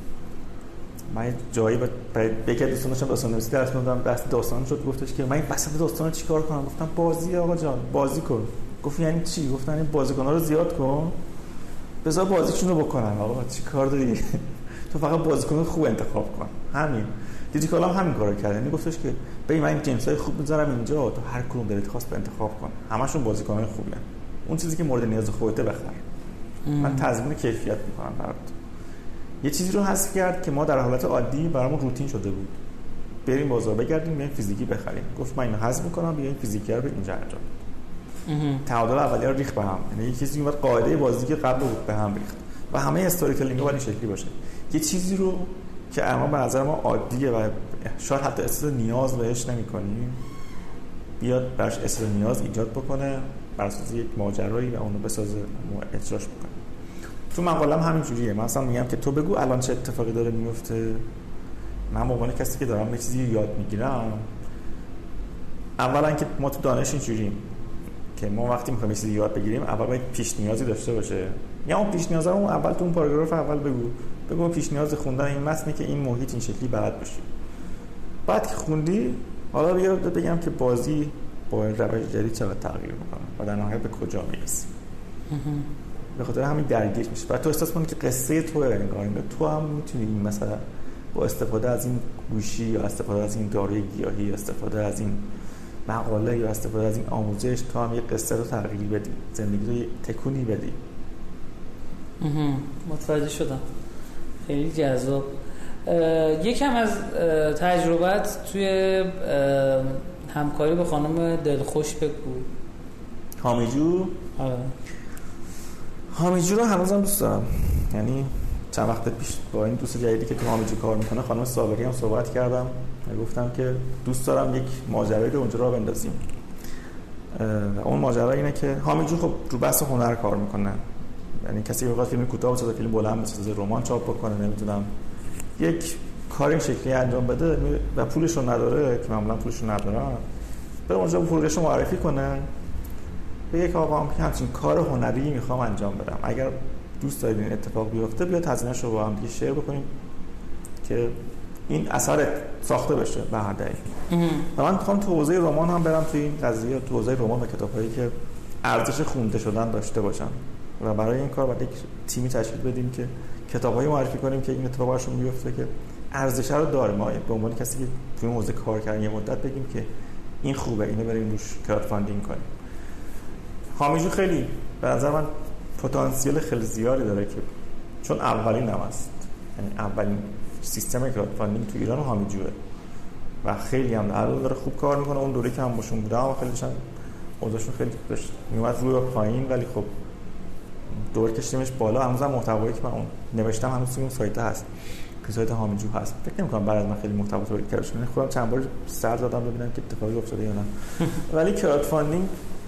من جایی به یک دوستان داشتم داستان نویسی درس می‌دادم، بحث داستان شد، گفتش که من این وسط داستان چیکار کنم؟ گفتم بازی آقا جان، بازی کن. گفت یعنی چی؟ گفتن این بازیکن‌ها رو زیاد کن، بذار بازیشون رو بکنن. آقا چیکار داری؟ تو فقط بازیکن خوب انتخاب کن. همین. دیجیکالا هم همین کارو کرد. یعنی گفتش که ببین من این جیمزای خوب میذارم اینجا، تو هر کدوم دلت خواست انتخاب کن. همشون بازیکن‌های خوبن. اون چیزی که مورد نیاز خودته بخر. من تضمین کیفیت می‌کنم برات. یه چیزی رو حذف کرد که ما در حالت عادی برامون روتین شده بود. بریم بازار بگردیم، بریم فیزیکی بخریم. گفت من اینو حذف می‌کنم، بیاین فیزیکی رو اینجا انجام بدیم. تعادل اولیه رو ریخت به هم. یعنی یه چیزی اومد قاعده بازی که قبل بود به هم ریخت. و همه استوری تلینگ باید این شکلی باشه. یه چیزی رو که اما به نظر ما عادیه و شاید حتی احساس نیاز بهش نمی‌کنیم، بیاد براش احساس نیاز ایجاد بکنه، بر اساس یک ماجرایی و اونو بسازه و اجراش بکنه. تو مقالم همین جوریه. من اصلا میگم که تو بگو الان چه اتفاقی داره میفته. من به عنوان کسی که دارم یه چیزی یاد میگیرم، اولا که ما تو دانش اینجوریم که ما وقتی میخوایم یه چیزی یاد بگیریم اول باید پیش نیازی داشته باشه. یا اون پیش نیازا رو اول تو اون پاراگراف اول بگو. بگو پیش نیاز خوندن این متنی که این محیط این شکلی بلد باشی. بعد که خوندی حالا بیا بگم که بازی با روش جدید چقدر تغییر میکنه و در نهایت به کجا میرسه. به خاطر همین درگیر میشه و تو احساس کنی که قصه توه، انگار تو هم میتونی مثلا با استفاده از این گوشی یا استفاده از این داروی گیاهی، استفاده از این مقاله یا استفاده از این آموزش، تو هم یه قصه رو تغییر بدی، زندگی رو تکونی بدی. متوجه شدم. خیلی جذاب. یکم از تجربت توی همکاری با خانم دلخوش بگو. حامیجو؟ آره. حامیجو رو هنوزم دوست دارم. یعنی چند وقت پیش با این دوست جدیدی که تو حامیجو کار میکنه، خانم صابری، هم صحبت کردم و گفتم که دوست دارم یک ماجرایی رو اونجا راه بندازیم. اون ماجرا اینه که حامیجو خب رو بحث هنر کار میکنه. یعنی کسی که بخواد فیلم کوتاه بسازه، فیلم بلند بسازه، رمان چاپ بکنه، نمیدونم یک کار این شکلی انجام بده و پولش رو نداره که معمولا پولش رو ندارن، به اونجا پروژه‌ش رو معرفی کنه، به یک آقا هم که همچین کار هنری میخوام انجام بدم، اگر دوست دارید این اتفاق بیفته بیاد هزینه‌اش رو با هم دیگه شیر بکنیم که این اثر ساخته بشه به هر دلیل. و من میخوام تو حوزه رمان هم برم، تو این قضیه تو حوزه رمان و کتابایی که ارزش خونده شدن داشته باشن و برای این کار باید یک تیمی تشکیل بدیم که کتابایی معرفی کنیم که این اتفاق براشون بیفته که ارزش رو داره. ما به عنوان کسی که تو این حوزه کار کردن یه مدت بگیم که این خوبه، اینو بریم روش کراود فاندینگ کنیم. حامیجو خیلی به نظر من پتانسیل خیلی زیادی داره که چون اولین هم است، یعنی اولین سیستم کراود فاندینگ تو ایران حامیجوه و خیلی هم الان داره خوب کار میکنه. اون دوره که هم باشون بودم و خیلیش هم اوضاعشون خیلی داشت میومد روی پایین، ولی خب دور کشیدیمش بالا. هنوز هم محتوایی که من اون نوشتم هنوز توی اون سایت هست که سایت حامیجو هست. فکر نمی‌کنم بعد از من خیلی محتوا تولید کرده شده، خودم چند بار سر زدم ببینم که اتفاقی افتاده یا نه. ولی کراود فاندینگ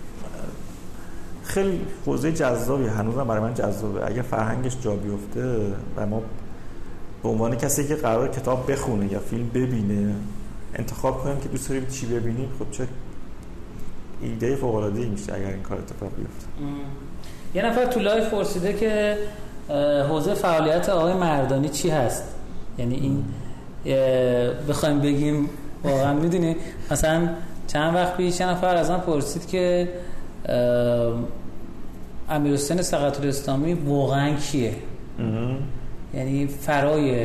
خیلی حوزه جذابی هنوزم برای من جذابه. اگه فرهنگش جا بیفته و ما به عنوان کسی که قرار کتاب بخونه یا فیلم ببینه انتخاب کنیم که دوست داریم چی ببینیم، خب چه ایده فوق‌العاده‌ای میشه اگر این کار اتفاق بیفته. یه نفر تو لایو پرسیده که حوزه فعالیت آقای مردانی چی هست؟ یعنی این بخوایم بگیم واقعا میدونی مثلا چند وقت پیش یه نفر از من پرسید که امیرحسین سقط‌الاسلامی واقعا کیه؟ یعنی فرای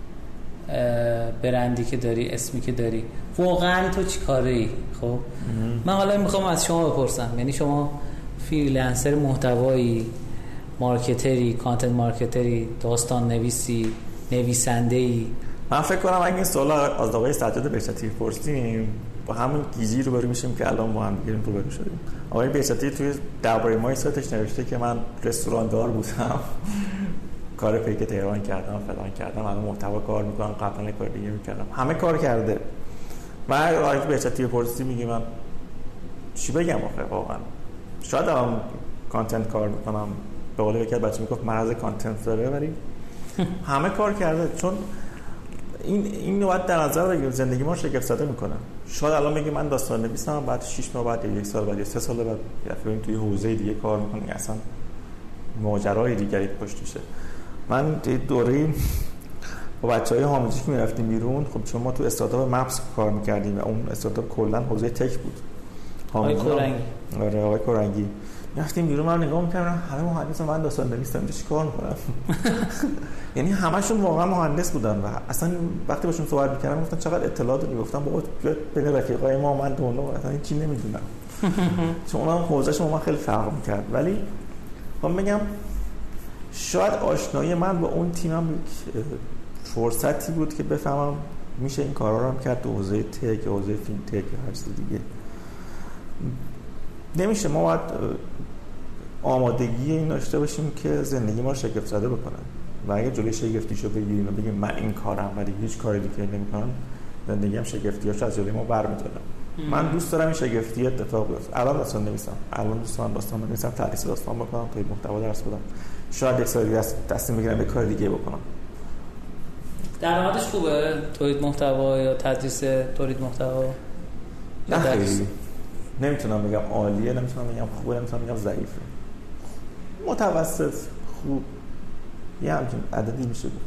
برندی که داری، اسمی که داری، واقعا تو چی کاری؟ خب من حالا میخوام از شما بپرسم، یعنی شما فریلنسر محتوایی، مارکتری، کانتنت مارکتری، داستان نویسی، نویسنده‌ای. من فکر کنم اگه این سوال از آقای سجاد بهشتی پرسیدیم با همون گیجی رو برو میشیم که الان با هم دیگه رو برو شدیم. آقای بهشتی توی درباره ما سایتش نوشته که من رستوران دار بودم، کار پیک تهران کردم، فلان کردم، الان محتوا کار میکنم، قبلا کار دیگه میکردم، همه کار کرده. من آقای بهشتی پرسیدی میگم من چی بگم آخه واقعا؟ شاید الان کانتنت کار میکنم، به قول یکی از بچه‌ها میگفت مرض کانتنت داره، ولی همه کار کرده. چون این این نوبت در نظر بگیرید زندگی ما شگفت زده میکنه. شاید الان بگی من داستان نویسم، بعد شش ماه بعد یک سال بعد سه سال بعد یا فکر توی حوزه دیگه کار میکنی، اصلا ماجرای دیگری پشتشه. من دوره با بچهای حامجی که میرفتیم بیرون، خب چون ما تو استارتاپ مپس کار میکردیم و اون استارتاپ کلا حوزه تک بود. آقای کورنگی. آره آقای کورنگی. میرفتیم بیرون، من نگاه میکردم همه مهندسان، من داستان نویسم اینجا چیکار میکنم؟ یعنی همشون واقعا مهندس بودن و اصلا وقتی باشون صحبت میکردم گفتن چقدر اطلاعات داری، گفتم بابا بین رفیقای ما من دونو اصلا چی نمیدونم. چون اونم حوزه‌ش ما خیلی فرق میکرد. ولی من میگم شاید آشنایی من با اون تیمم یک فرصتی بود که بفهمم میشه این کارا رو هم کرد تو حوزه تک، حوزه فیلم تک یا هر چیز دیگه. نمیشه ما باید آمادگی این داشته باشیم که زندگی ما رو شگفت زده بکنن و اگه جلوی شگفتیشو بگیریم و بگیم من این کارم ولی هیچ کاری دیگه نمی‌کنم، زندگی هم شگفتیاشو از جلوی ما برمی‌دارم. من دوست دارم این شگفتی اتفاق بیفته. الان داستان نویسم، الان دوست دارم داستان بنویسم، تدریس داستان بکنم، تا محتوا درس بدم. شاید یک سال دیگه تصمیم بگیرم به کار دیگه بکنم. درآمدش خوبه تولید محتوا یا تدریس تولید محتوا؟ نه خیلی. نمیتونم بگم عالیه، نمیتونم بگم خوبه، نمیتونم بگم ضعیفه. متوسط خوب یه همچین عددی میشه بود.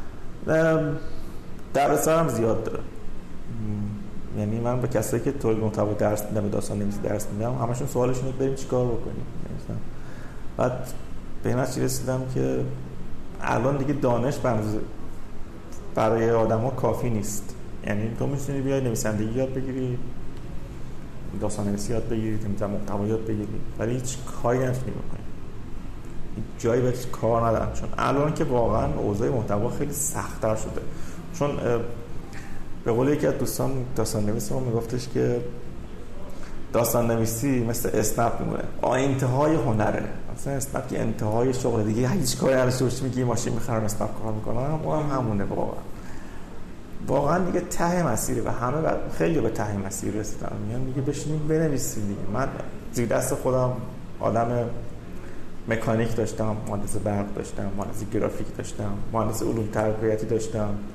درس‌ها زیاد داره. یعنی من به کسایی که تولید محتوا درس میدم، به داستان نویسی درس میدم، همشون سوالشون اینه بریم چیکار بکنیم. بعد به این نتیجه رسیدم که الان دیگه دانش برای آدم‌ها کافی نیست. یعنی تو میتونی بیای نویسندگی یاد بگیری، داستان نویسی یاد بگیری، نمیدونم محتوا یاد بگیری، ولی هیچ کاری نمیتونی بکنی. جایی بهش کار ندارن. چون الان که واقعا اوضاع محتوا خیلی سخت‌تر شده. چون به قول یکی از دوستان داستان نویسی ما میگفتش که داستان نویسی مثل اسنپ میمونه، انتهای هنره. مثلا اسنپ که انتهای شغل دیگه، هیچ کاری نداشته باشی میگی ماشین میخرم اسنپ کار میکنم، اونم همونه. واقعا واقعا دیگه ته مسیره و همه خیلی به ته مسیر رسیدن. میگن دیگه بشینید بنویسید دیگه. من زیر دست خودم آدم مکانیک داشتم، مهندس برق داشتم، مهندس گرافیک داشتم، مهندس علوم تربیتی داشتم،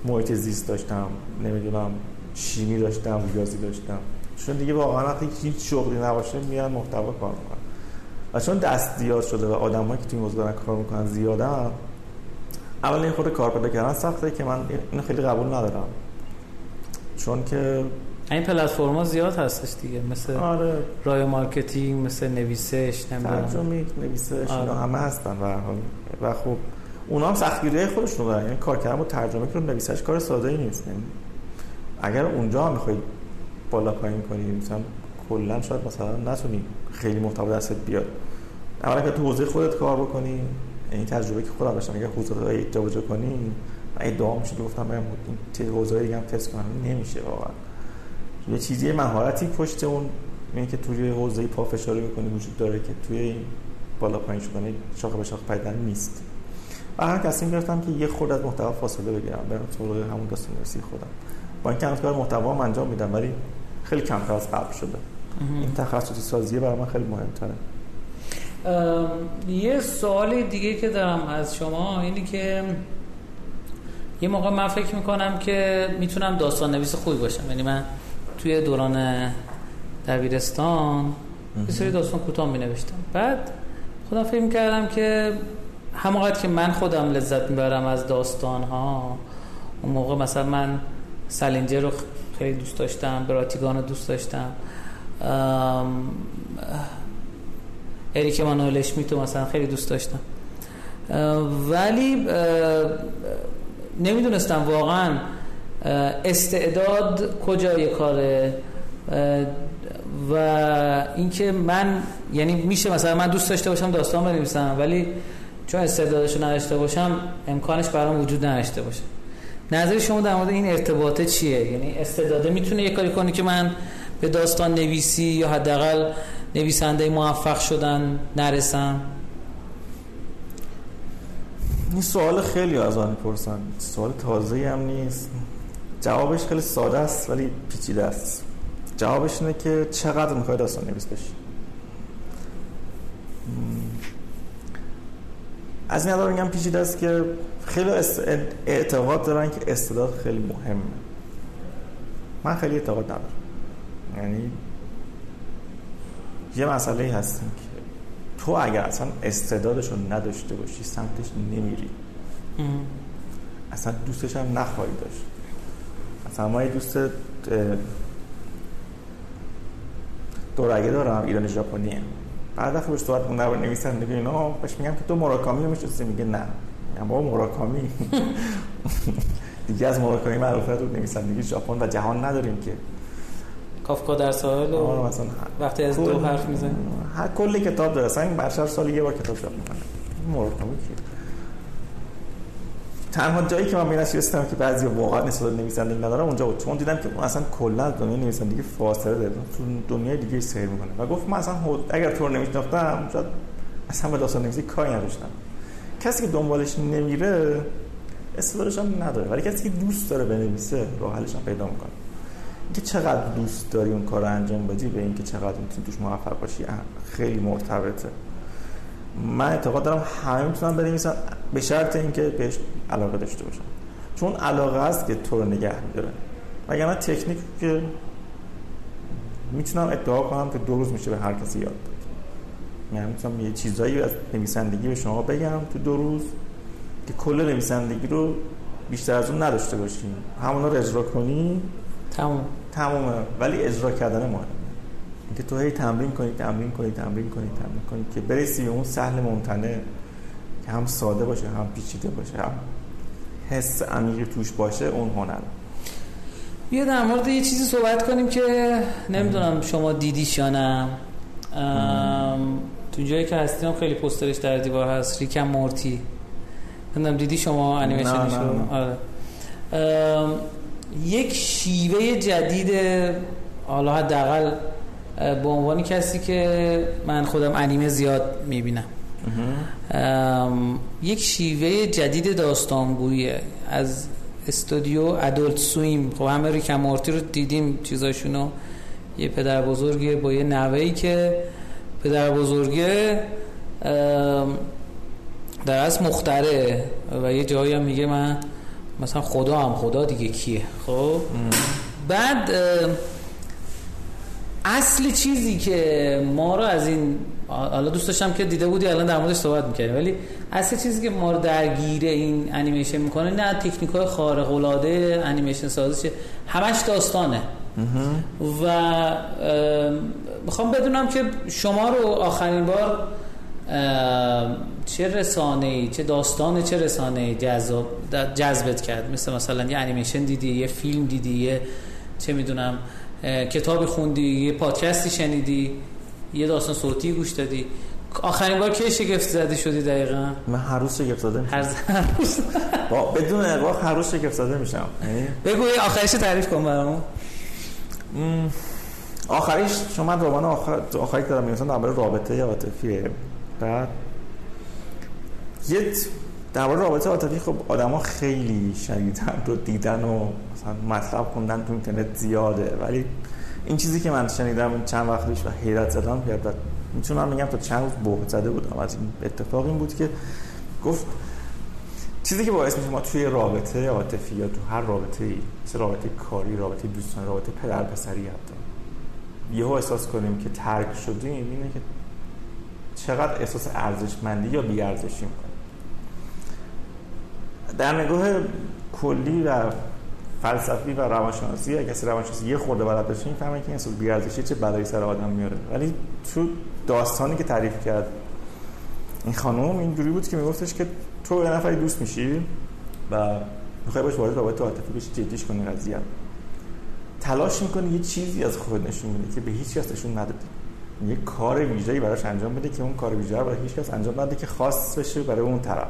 محیط زیست داشتم، نمیدونم شیمی داشتم، ریاضی داشتم، چون دیگه واقعا وقتی هیچ شغلی نباشه میان محتوا کار میکنن و چون دست زیاد شده و آدمایی که توی موضوع دارن کار میکنن زیادن، اولا این خود کار پیدا کردن سخته که من اینو خیلی قبول ندارم، چون که این پلتفرم‌ها زیاد هستش دیگه، مثل آره رای مارکتینگ، مثل نویسش، نمیدونم ترجمه، نویسش، آره. اینا همه هستن و و خب اونا هم سختگیری‌های خودشون دارن، یعنی کار کردن با ترجمه که نویسش کار ساده‌ای نیست. یعنی اگر اونجا هم می‌خوای بالا پایین کنی، مثلا کلا شاید مثلا نتونی خیلی محتوا دستت بیاد. اولا که تو حوزه خودت کار بکنی، این تجربه که خودم داشتم، اگه حوزه‌های جابجا کنی، ادعا میشه گفتم من این حوزه‌های دیگه هم تست کنم، نمیشه واقعا. یه چیزی مهارتی پشت اون اینه که توی حوزه پافشاری بکنی وجود داره که توی این بالا پایین شدن شاخه به شاخه پیدن نیست. و هر تصمیم گرفتم که یه خورده از محتوا فاصله بگیرم، برم طور همون داستان‌نویسی خودم. با اینکه هنوز کار محتوا انجام میدم ولی خیلی کمتر از قبل شده. این تخصصی سازیه برای من خیلی مهم‌تره. یه سوال دیگه که دارم از شما اینی که یه موقع من فکر میکنم که میتونم داستان نویس خوبی باشم، یعنی من توی دوران دبیرستان یه سری داستان کوتاه می‌نوشتم، بعد خودم فکر می‌کردم که همونقدر که من خودم لذت می‌برم از داستان‌ها، اون موقع مثلا من سالینجر رو خیلی دوست داشتم، براتیگان رو دوست داشتم، اریک امانوئل اشمیت رو مثلا خیلی دوست داشتم، ولی نمیدونستم واقعا استعداد کجای کاره و اینکه من، یعنی میشه مثلا من دوست داشته باشم داستان بنویسم ولی چون استعدادشو نداشته باشم امکانش برام وجود نداشته باشه. نظر شما در مورد این ارتباطه چیه؟ یعنی استعداده میتونه یه کاری کنه که من به داستان نویسی یا حداقل نویسنده موفق شدن نرسم؟ این سوال خیلی از آن میپرسن، سوال تازه‌ای هم نیست، جوابش خیلی ساده است ولی پیچیده است. جوابش اینه که چقدر میخوای داستان نویس بشی. از این نظر میگم پیچیده است که خیلی اعتقاد دارن که استعداد خیلی مهمه. من خیلی اعتقاد ندارم. یعنی یه مسئله هست که تو اگر اصلا استعدادش رو نداشته باشی سمتش نمیری، اصلا دوستش هم نخواهی داشت. مثلا ما یه دوست دورگه دارم، ایرانی ژاپنی هم. بعد وقتی بهش صحبت کنم درباره نویسندگی اینا، بهش میگم که تو موراکامی رو میشناسی؟ میگه نه. میگم بابا موراکامی دیگه از موراکامی معروفه تو نویسندگی ژاپن و جهان نداریم که. کافکا در ساحل و مثلا وقتی از دو حرف میزنه هر کلی کتاب داره، اصلا این بشر سال یه بار کتاب چاپ میکنه. موراکامی که تنها جایی که من می‌نشستم که بعضی واقعا استعداد نویسندگی ندارم اونجا بود، چون دیدم که اون اصلا کلا دنیای نویسندگی فاصله داره، تو دنیای دیگه سیر میکنه و گفت من اصلا اگر تو رو نمی‌شناختم شاید اصلا به داستان نویسی کاری نداشتم. کسی که دنبالش نمیره استعدادش هم نداره، ولی کسی که دوست داره بنویسه راه حلش هم پیدا میکنه. اینکه چقدر دوست داری اون کارو انجام بدی به اینکه چقدر میتونی توش موفق باشی خیلی مرتبطه. من اعتقاد دارم همه میتونن بنویسن به شرط اینکه بهش علاقه داشته باشن، چون علاقه است که تو رو نگه میداره. وگرنه تکنیک که میتونم ادعا کنم که دو روز میشه به هر کسی یاد داد. یعنی میتونم یه چیزایی از نویسندگی به شما بگم تو دو روز که کل نویسندگی رو بیشتر از اون نداشته باشین، همونا رو اجرا کنی تمام تمامه. ولی اجرا کردن مهمه، اینکه تو هی تمرین کنی تمرین کنی تمرین کنی تمرین کنی که برسی به اون سهل ممتنع که هم ساده باشه هم پیچیده باشه هم حس عمیقی توش باشه. اون هنر. بیا در مورد یه چیزی صحبت کنیم که نمیدونم شما دیدیش یا نه. تو جایی که هستیم خیلی پوسترش در دیوار هست، ریک اند مورتی. نمیدونم دیدی شما انیمیشنشو؟ آره. یک شیوه جدید، حالا حداقل به عنوان کسی که من خودم انیمه زیاد میبینم، یک شیوه جدید داستانگوییه از استودیو ادولت سویم. خب همه ریک اند مورتی رو دیدیم چیزاشونو. یه پدر بزرگه با یه نوهی که پدر بزرگه در اصل مخترع و یه جایی هم میگه من مثلا خدا هم خدا دیگه کیه. خب بعد اصل چیزی که ما رو از این، حالا دوست داشتم که دیده بودی الان در موردش صحبت می‌کردیم، ولی اصل چیزی که ما رو درگیر این انیمیشن میکنه نه تکنیک‌های خارق العاده انیمیشن سازیشه، همش داستانه. و میخوام بدونم که شما رو آخرین بار چه رسانه‌ای، چه داستان، چه رسانه‌ای جذب جذبت کرد؟ مثل مثلا یه انیمیشن دیدی، یه فیلم دیدی، یه چه میدونم کتابی خوندی، یه پادکستی شنیدی، یه داستان صوتی گوش دادی؟ آخرین بار کی شگفت زده شدی دقیقاً؟ من هر روز شگفت زده میشم. هر روز با بدون اغراق هر روز شگفت زده میشم. بگو آخرش تعریف کن برامون. آخریش شما من رمان آخر آخری که دارم می‌نویسم درباره رابطه عاطفیه. بعد یه درباره رابطه عاطفی خب آدما خیلی شنیدن رو دیدن و مثلا مطلب خوندن تو اینترنت زیاده، ولی این چیزی که من شنیدم چند وقت پیش و حیرت زدم بیاد و میتونم بگم تا چند روز بهت زده بودم از این اتفاق، این بود که گفت چیزی که باعث میشه ما توی رابطه عاطفی یا تو هر رابطه‌ای، چه رابطه کاری، رابطه دوستانه، رابطه پدر پسری حتی، یهو احساس کنیم که ترک شدیم، اینه که چقدر احساس ارزشمندی یا بی‌ارزشی می‌کنیم. در نگاه کلی و فلسفی و روانشناسی اگه کسی روانشناسی یه خورده بلد باشه میفهمه که این احساس بی‌ارزشی چه بلایی سر آدم میاره. ولی تو داستانی که تعریف کرد این خانم اینجوری بود که میگفتش که تو یه نفری دوست میشی و میخوای باش وارد رابطه عاطفی بشی، جدیش کنی قضیه، تلاش میکنی یه چیزی از خودت نشون بدی که به هیچ کس نشون ندادی، یه کار ویژه‌ای براش انجام بده که اون کار ویژه رو برای هیچ کس انجام نده که خاص بشه برای اون طرف.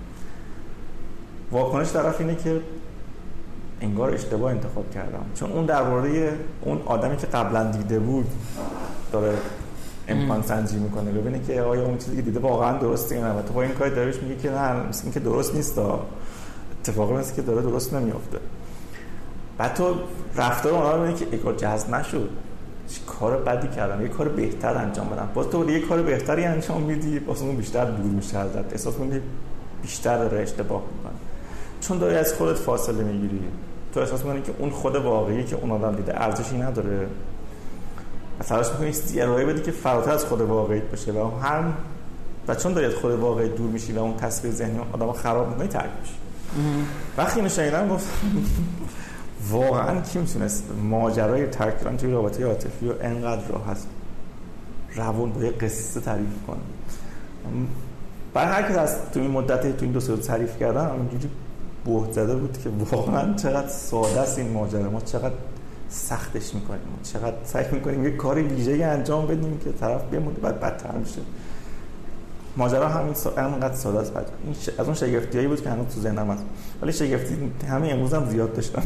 واکنش طرف اینه که انگار اشتباه انتخاب کردم، چون اون درباره اون آدمی که قبلا دیده بود داره امکان سنجی میکنه ببینه که آیا اون چیزی که دیده واقعا درسته یا نه. تو با این کار داریش میگه که نه، مثل این که درست نیست، اتفاقی مثل که داره درست نمیافته. بعد تو رفتار اونها رو ببینی که اگه جذب نشد، چه کار بدی کردم، یه کار بهتر انجام بدم، باز تو یه کار بهتری انجام میدی، باز اون بیشتر دور میشه ازت، احساس می‌کنی بیشتر داره اشتباه میکنه، چون داری از خودت فاصله میگیری. تو احساس می‌کنی که اون خود واقعی که اون آدم دیده ارزشی نداره، مثلا تلاش می‌کنی چیزی ارائه بدی که فراتر از خود واقعیت باشه و هم و چون داری از خود واقعی دور میشی و اون تصویر ذهنی آدمو خراب می‌کنی، ترک میشی. وقتی اینو شنیدم گفتم واقعا کی میتونست ماجرای ترک کردن توی رابطه عاطفی رو انقدر راحت روون با یه قصه تعریف کنه. برای هر کس از تو این مدت تو این دو سال تعریف کردن همینجوری بهت زده بود که واقعا چقدر ساده است این ماجرا، ما چقدر سختش میکنیم، ما چقدر سعی میکنیم یه کاری ویژه‌ای انجام بدیم که طرف بمونه بعد بدتر میشه. ماجرا همین انقدر ساده است. این ش... از اون شگفتیایی بود که هنوز تو ذهنم هست، ولی شگفتی همین امروز هم زیاد داشتم.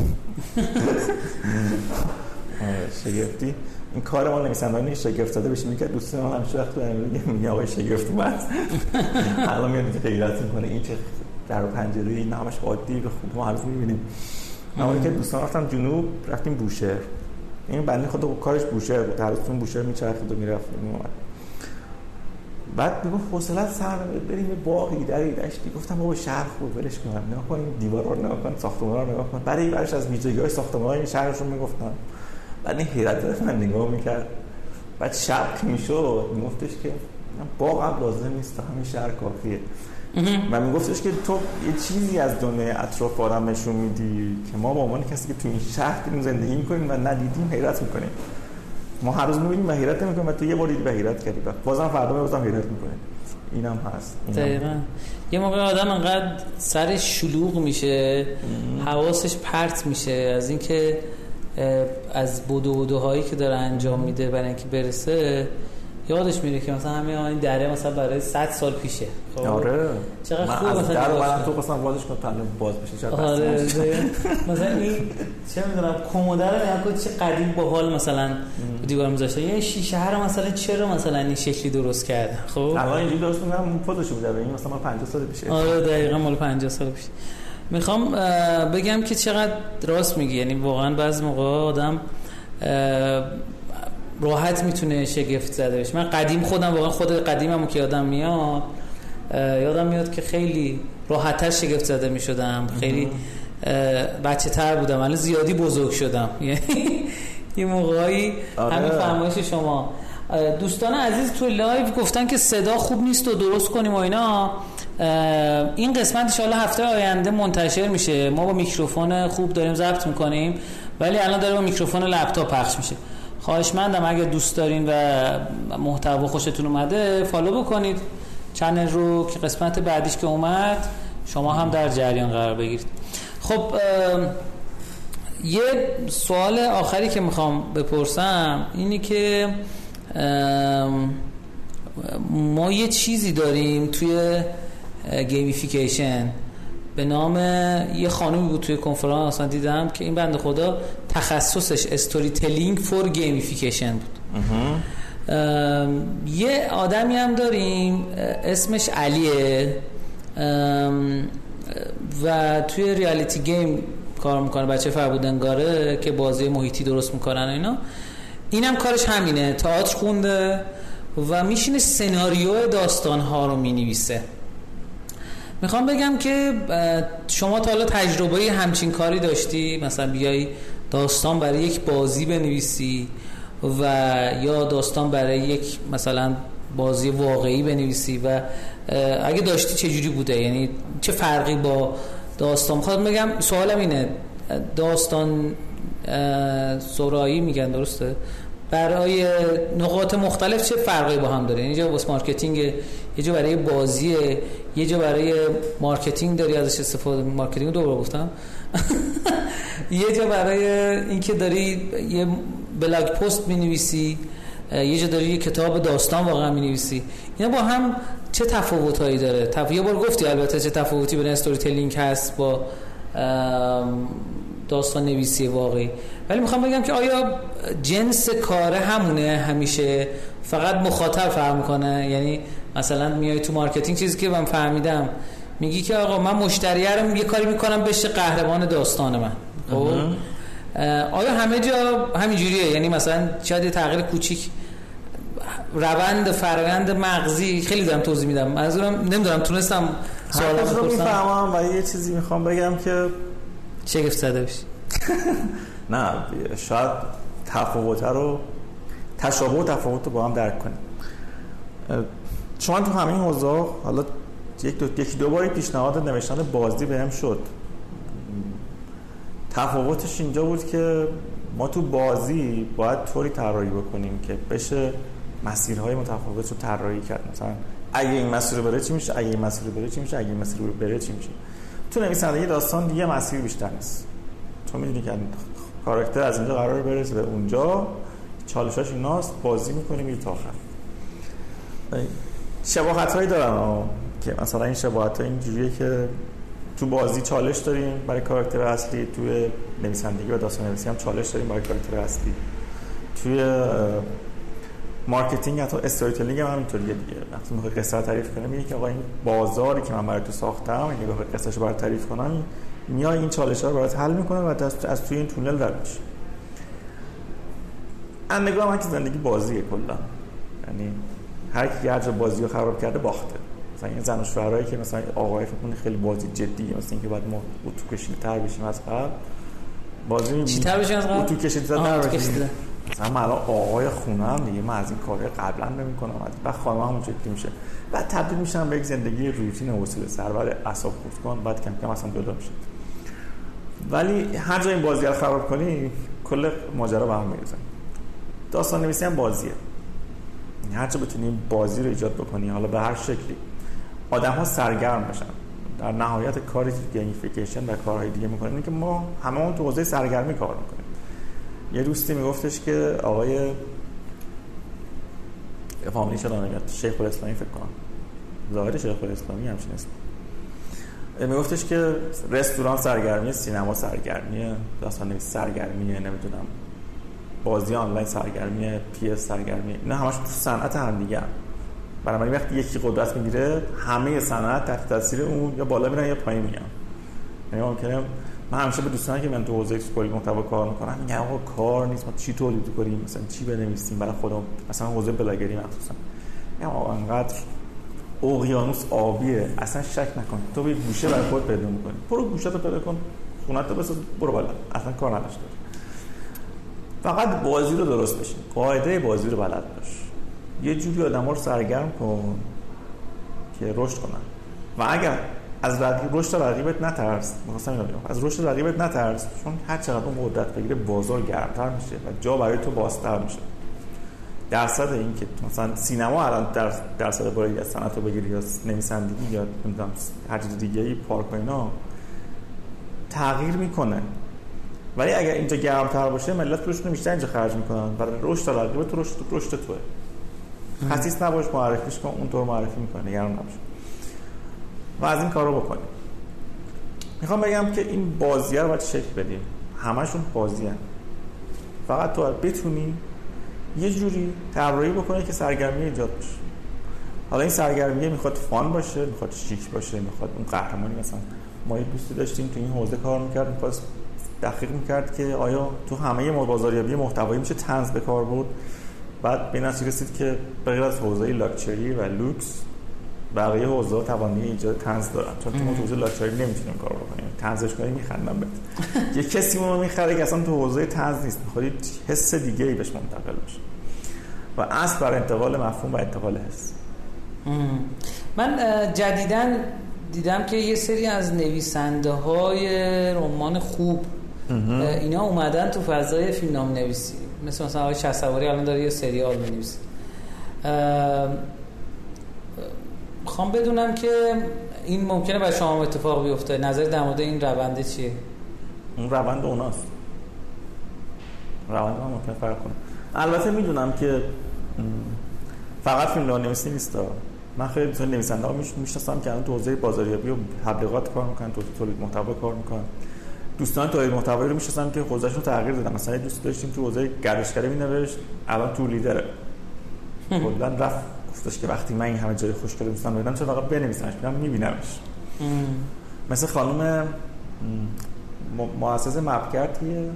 شگفتی این کار ما نویسندگان شگفت زده بشیم که دوست من همیشه وقت میگه میگه آقای شگفت اومد. الان میاد که غیرت میکنه این چه در و پنجره این همش عادی به خود ما هنوز میبینیم. اما که دوستان رفتم جنوب، رفتیم بوشهر، این بنده خود با کارش بوشهر بود، هر روز بوشهر میچرخید و میرفت میومد. بعد میگم حوصله‌ات سر نمیاد بریم یه باغی دری دشتی. گفتم بابا شهر خوب ولش کن، نگاه کن دیوارا رو نگاه کن، ساختمانا رو نگاه کن. برای برش از ویژگی‌های ساختمان‌های شهرشون میگفتن. بعد این حیرت داشت من نگاه میکرد. بعد شب که میشد میگفتش که باغ هم لازم نیست، همین شهر کافیه. و میگفتش که تو یه چیزی از دنیای اطراف آدم نشون میدی که ما به عنوان کسی که تو این شهر داریم زندگی میکنیم و ندیدیم حیرت میکنیم. ما هر روز میبینیم و حیرت نمیکنیم و تو یه بار دیدی و حیرت کردی، بازم فردا بازم حیرت میکنیم. اینم هست. دقیقاً. یه موقع آدم انقدر سرش شلوغ میشه، حواسش پرت میشه از اینکه از بدو بدوهایی که داره انجام میده برای اینکه برسه، یادش میره که مثلا همین این دره مثلا برای صد سال پیشه. خب آره چقدر خوب مثلا در من تو مثلا بازش کنم تا باز بشه چقدر آره مثلا این چه میدونم کموده رو نگاه چه قدیم باحال مثلا دیوار میذاشته، یه شیشه رو مثلا چرا مثلا این شکلی درست کرده. خب الان اینجوری درست می‌کنم فوتوشو بده این مثلا پنجاه سال پیشه. آره دقیقاً مال پنجاه سال پیش. میخوام بگم که چقدر راست میگی، یعنی واقعا بعضی موقع آدم راحت میتونه شگفت زده بشه. من قدیم خودم واقعا خود قدیممو که یادم میاد یادم میاد که خیلی راحت‌تر شگفت زده میشدم، خیلی بچه تر بودم، الان زیادی بزرگ شدم. یعنی یه موقعی همین فرمایش شما. دوستان عزیز تو لایو گفتن که صدا خوب نیست و درست کنیم و اینا. این قسمت ان شاءالله هفته آینده منتشر میشه. ما با میکروفون خوب داریم ضبط میکنیم ولی الان داره با میکروفون لپتاپ پخش میشه. خواهشمندم اگه دوست دارین و محتوا خوشتون اومده فالو بکنید چنل رو که قسمت بعدیش که اومد شما هم در جریان قرار بگیرید. خب یه سوال آخری که میخوام بپرسم اینی که ما یه چیزی داریم توی گیمیفیکیشن به نام یه خانومی بود توی کنفرانس اصلا دیدم که این بنده خدا تخصصش استوری تلینگ فور گیمیفیکیشن بود. یه آدمی هم داریم اسمش علیه و توی ریالیتی گیم کار میکنه، بچه فربودنگاره که بازی محیطی درست میکنن و اینا. اینم کارش همینه، تئاتر خونده و میشینه سناریو داستانها رو مینویسه. میخوام بگم که شما تا حالا تجربه همچین کاری داشتی؟ مثلا بیایی داستان برای یک بازی بنویسی و یا داستان برای یک مثلا بازی واقعی بنویسی و اگه داشتی چه جوری بوده؟ یعنی چه فرقی با داستان؟ میخوام بگم سوالم اینه، داستان سرایی میگن درسته؟ برای نقاط مختلف چه فرقی با هم داره؟ یه جا واسه مارکتینگ، یه جا برای بازیه، یه جا برای مارکتینگ داری ازش استفاده، مارکتینگ دوباره گفتم یه جا برای اینکه داری یه بلاگ پست می‌نویسی، یه جا داری یه کتاب داستان واقعا می‌نویسی. اینا با هم چه تفاوتایی داره؟ تف... یه بار گفتی البته چه تفاوتی بین استوری تلینگ هست با داستان نویسی واقعی، ولی میخوام بگم که آیا جنس کار همونه همیشه، فقط مخاطب فرق میکنه؟ یعنی مثلا میای تو مارکتینگ، چیزی که من فهمیدم میگی که آقا من مشتریارم یه کاری میکنم بشه قهرمان داستان من. خب آیا همه جا همینجوریه؟ یعنی مثلا شاید یه تغییر کوچیک روند فرآیند مغزی، خیلی دارم توضیح میدم، منظورم نمیدونم تونستم سوالو رو میفهمم و یه چیزی میخوام بگم که شگفت زده بشی. نه شاید تفاوت رو تشابه و تفاوت رو با هم درک کنیم. چون تو همین حوزه حالا یک دو یکی دو باری پیشنهاد نوشتن بازی بهم شد. تفاوتش اینجا بود که ما تو بازی باید طوری طراحی بکنیم که بشه مسیرهای متفاوت رو طراحی کرد. مثلا اگه این مسیر رو بره چی میشه، اگه این مسیر رو بره چی میشه، اگه این مسیر رو بره چی میشه. تو نویسندگی داستان دیگه مسیر بیشتر نیست. تو میدونی که کاراکتر از اینجا قراره برسه به اونجا، چالشاش ایناست، بازی میکنی میری تا آخر. شباهت‌هایی دارن که مثلا این شباهت‌ها اینجوریه که تو بازی چالش داریم برای کاراکتر اصلی، توی نویسندگی و داستان نویسی هم چالش داریم برای کاراکتر اصلی. توی مارکتینگ حتی استوری تلینگ هم همینطوریه دیگه. وقتی میخوای قصه رو تعریف کنی میگی که آقا این بازاری که من برای تو ساختم، اگه بخوای قصه‌شو برات تعریف کنم، میای این چالش‌ها رو برات حل میکنه و از, از توی این تونل رد میشی. من نگاه من که زندگی بازیه کلا. یعنی هر کی هر جا بازی رو خراب کرده باخته. مثلا این زن و شوهرایی که مثلا آقای فکر کنه خیلی بازی جدیه، مثلا اینکه بعد ما اتو کشیدتر بشیم از قبل، بازی چی‌تر بشیم از قبل، اتو کشیدتر بشیم. مثلا من آقای خونم دیگه، من از این کارهای قبلا نمی‌کنم، بعد خانم همون جدی میشه، بعد تبدیل میشم به یک زندگی روتین و حوصله سربر اعصاب خردکن، بعد کم کم اصلا جدا میشه. ولی هر جا این بازی رو خراب کنی کل ماجرا به هم میریزه. داستان نویسی هم بازیه. هر جا بتونی بازی رو ایجاد بکنی، حالا به هر شکلی، آدم‌ها سرگرم بشن. در نهایت کاری که گیمیفیکیشن و کارهای دیگه می‌کنن اینه که ما هممون تو حوزه سرگرمی کار می‌کنیم. یه دوستی میگفتش که آقای فامیلی شدن نمیاد، شیخ الاسلامی فکر کنم، ظاهر شیخ الاسلامی همچین اسم، میگفتش که رستوران سرگرمی، سینما سرگرمی، داستان نویسی سرگرمیه، نمیدونم بازی آنلاین سرگرمیه، پی اس سرگرمیه. اینا همش تو صنعت هم دیگه. برای وقتی یکی قدرت میگیره همه صنعت تحت تاثیر اون یا بالا میرن یا پایین میان. یعنی ممکنه من همیشه به دوستانی که من تو حوزه اسکولی محتوا کار میکنم میگم آقا کار نیست، ما چی تولید کنیم، مثلا چی بنویسیم برای خودمون، مثلا حوزه بلاگری مخصوصا میگم آقا انقدر اقیانوس آبیه، اصلا شک نکن، تو یه گوشه برای خودت پیدا می‌کنی، برو گوشه‌تو پیدا کن، خونت رو بساز برو بالا، اصلا کار نداشته. فقط بازی رو درست بشین، قاعده بازی رو بلد باش، یه جوری آدم‌ها رو سرگرم کن که رشد کنن. و اگر از رقیب رشد رقیبت نترس، می‌خواستم اینو بگم، از رشد رقیبت نترس، چون هر چقدر اون قدرت بگیره بازار گرمتر میشه و جا برای تو بازتر میشه. درصد این که مثلا سینما الان در درصد بالایی از صنعت رو بگیری یا نویسندگی یا نمیدونم هر چیز دیگه‌ای پارک و اینا تغییر میکنه، ولی اگر اینجا گرمتر باشه ملت پولشون بیشتر اینجا خرج میکنن، برای رشد رقیب تو رشد رشد توئه. خصیص نباش، معرفیش کن، اون طور معرفی میکنه، نگران نباش و از این کارو بکنیم. میخوام بگم که این بازیه رو باید شکل بدیم، همشون بازیه، فقط تو بتونی یه جوری طراحی بکنه که سرگرمی ایجاد بشه. حالا این سرگرمی میخواد فان باشه، میخواد شیک باشه، میخواد اون قهرمانی. مثلا ما یه دوستی داشتیم تو این حوزه کار میکرد، میخواست تحقیق میکرد که آیا تو همه بازاریابی محتوایی میشه طنز به کار برد. بعد به نتیجه رسید که به غیر از حوزه لاکچری و لوکس بقیه حوزه‌ها توانایی ایجاد طنز دارن، چون تو حوزه لاکچری نمیتونیم کار بکنیم، طنزش کنیم میخندن بهت. یه کسی اونو میخره که اصلا تو حوزه طنز نیست، میخواد حس دیگه‌ای بهش منتقل بشه و اصل بر انتقال مفهوم و انتقال حس. من جدیداً دیدم که یه سری از نویسنده های رمان خوب اینا اومدن تو فضای فیلمنامه نویسی، مثل مثلا آقای شهسواری الان داره یه سریال می‌نویسه. خوام بدونم که این ممکنه برای شما اتفاق بیفته، نظر در مورد این رونده چیه؟ اون روند اوناست، روند هم ممکنه فرق کنه. البته میدونم که فقط فیلمنامه نویسی نیست، من خیلی مثلا نویسنده‌ها میشناسم که الان تو حوزه بازاریابی و تبلیغات کار میکنن، تو تولید محتوا کار میکنن. دوستان تولید محتوایی رو میشناسم که حوزه‌شون تغییر دادن. مثلا دوست داشتیم تو حوزه گردشگری مینوشت، الان تو لیدره. کلاً رفت گفتش که وقتی من این همه جای خوشگل دوستان میدم چرا فقط بنویسمش، میرم میبینمش. مثل خانم مؤسسه مپکردیه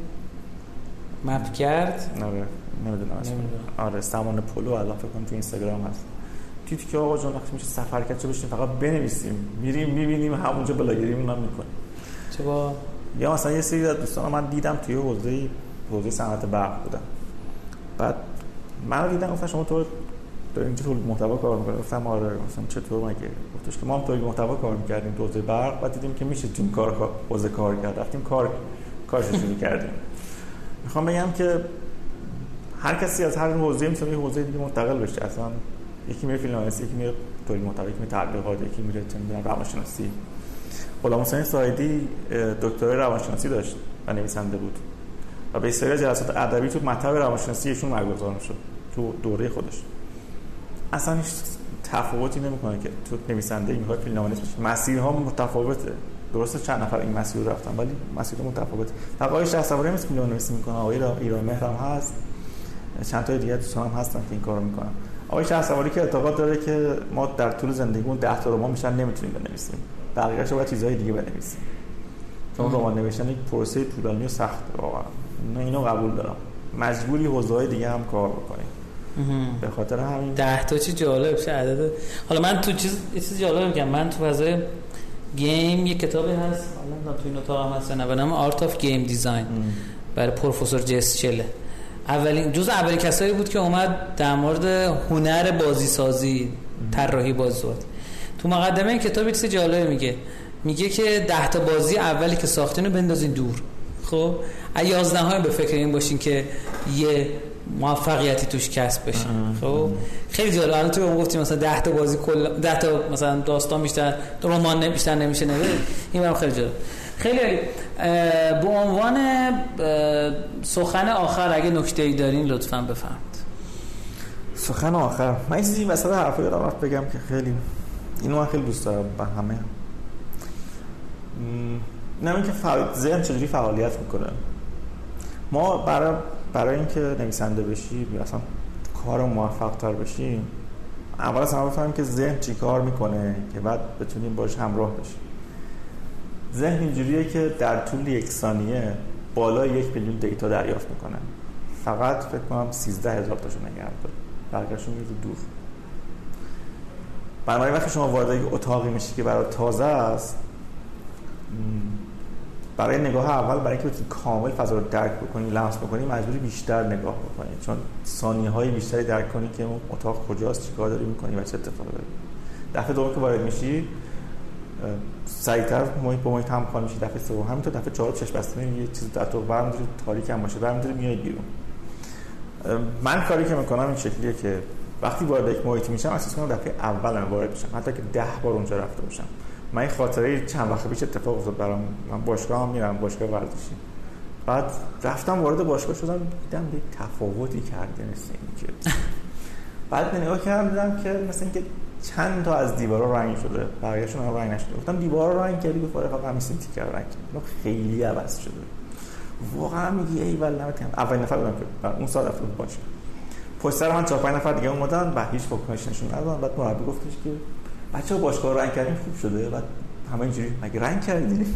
مپکرد آره نمیدونم اسمش، آره سامان پولو الان فکر کنم تو اینستاگرام هست. دیدی که آقا جان وقتی میشه سفر کرد چه بشیم فقط بنویسیم، میریم میبینیم همونجا بلاگریمون هم میکنیم. چه با یا مثلا یه سری از دوستان من دیدم توی حوزه حوزه صنعت برق بودن، بعد منو دیدن گفتن شما تو دارین اینجا تولید محتوا کار میکنید؟ گفتم آره. مثلا چطور مگه؟ گفتش که ما هم تولید محتوا کار میکردیم تو حوزه برق، بعد دیدیم که میشه تو کار حوزه کار کرد، رفتیم کار کارش شروع کردیم. میخوام بگم که هر کسی از هر حوزه‌ای میتونه یه حوزه دیگه منتقل بشه. اصلا یکی میره فیلمنامه‌نویسی، یکی میره تولید محتوا، یکی میره تبلیغات، یکی میره چه روانشناسی. غلامحسین سایدی دکترای روانشناسی داشت و نویسنده بود و به سری جلسات ادبی تو مطب روانشناسی ایشون برگزار شد تو دوره خودش. اصلا هیچ تفاوتی نمیکنه که تو نویسنده میخواد فیلمنامه‌نویس بشی، مسیرها متفاوته. درسته چند نفر این مسیر رو رفتن ولی مسیرها متفاوته. آقای شهسواری هم فیلمنامه‌نویسی میکنه، آقای ایران مهر هم هست، چند تا دیگه دوستان هم هستن که این کارو میکنن. آقای شهسواری که اعتقاد داره که ما در طول زندگیمون ده تا رمان میشن نمیتونیم بنویسیم، بقیه‌اش رو باید چیزهای دیگه بنویسیم. چون رمان نوشتن یک پروسه طولانی و سخته واقعا. من اینو قبول دارم. مجبوری حوزه‌های دیگه هم کار بکنیم. به خاطر همین ده تا چی جالب شه عدد. حالا من تو چیز یه چیز جالب میگم، من تو فضای گیم یه کتابی هست، حالا تو این اتاق هم هست نه، به نام آرت آف گیم دیزاین برای پروفسور جس چله. اولین جزء اولین کسایی بود که اومد در مورد هنر بازی سازی، طراحی بازی سازی. تو مقدمه این کتاب چیز جالب میگه، میگه که ده تا بازی اولی که ساختین رو بندازین دور. خب یازده های به فکر این باشین که یه موفقیتی توش کسب بشه. خب خیلی جالب. الان تو هم گفتیم مثلا ده تا بازی کل ده تا مثلا داستان بیشتر، رمان بیشتر نمیشه نوشت. این برام خیلی جالب. خیلی به عنوان سخن آخر اگه نکته‌ای دارین لطفاً بفرمایید. سخن آخر من این چیزی مثلا حرفی دارم بگم که خیلی اینو من خیلی دوست دارم با همه. نه اینکه ذهن چجوری فعالیت میکنه. ما برای برای اینکه نویسنده بشی یا اصلا کار موفق تر بشی، اول از همه بفهمیم که ذهن چی کار میکنه که بعد بتونیم باش همراه بشیم. ذهن اینجوریه که در طول یک ثانیه بالای یک میلیون دیتا دریافت میکنه، فقط فکر کنم سیزده هزار تاشو نگه داره، بقیه‌شون میره دور. بنابراین وقتی شما وارد یک اتاقی میشی که برای تازه است، برای نگاه اول برای اینکه بتونی کامل فضا رو درک بکنی، لمس بکنی، مجبوری بیشتر نگاه بکنی، چون ثانیه‌های بیشتری درک کنی که اون اتاق کجاست، چیکار داری می‌کنی و چه اتفاقی داره. دفعه دوم که وارد میشی سریعتر محیط با محیط همخوان میشی، دفعه سوم همینطور، دفعه چهارم چشم بسته می‌بینی یه چیز در تو برمی‌داری تاریک هم باشه برمی‌داری میای بیرون. من کاری که می‌کنم این شکلیه که وقتی وارد یک محیطی میشم احساس کنم دفعه اول من وارد میشم، حتی که ده بار اونجا رفته باشم. من این خاطره چند وقت پیش اتفاق افتاد برام. من باشگاه هم میرم، باشگاه ورزشی. بعد رفتم وارد باشگاه شدم، دیدم یک تفاوتی کرده مثل این که بعد نگاه کردم دیدم که مثل اینکه چند تا از دیوارا رنگ شده، بقیه‌شون هم رنگ نشده. گفتم دیوارا رنگ کردی؟ گفت آره فقط همین سنتی کرد رنگ کرد. خیلی عوض شده. واقعا میگی ای والله نمیتونم. اولین نفر بودم که اون سال رفتم باشگاه. پشت سر من چهار پنج نفر دیگه اومدن و هیچ واکنشی نشون ندادن. بعد مربی گفتش که بچه‌ها باشگاه رنگ کردیم خوب شده. بعد همه اینجوری مگه رنگ کردی؟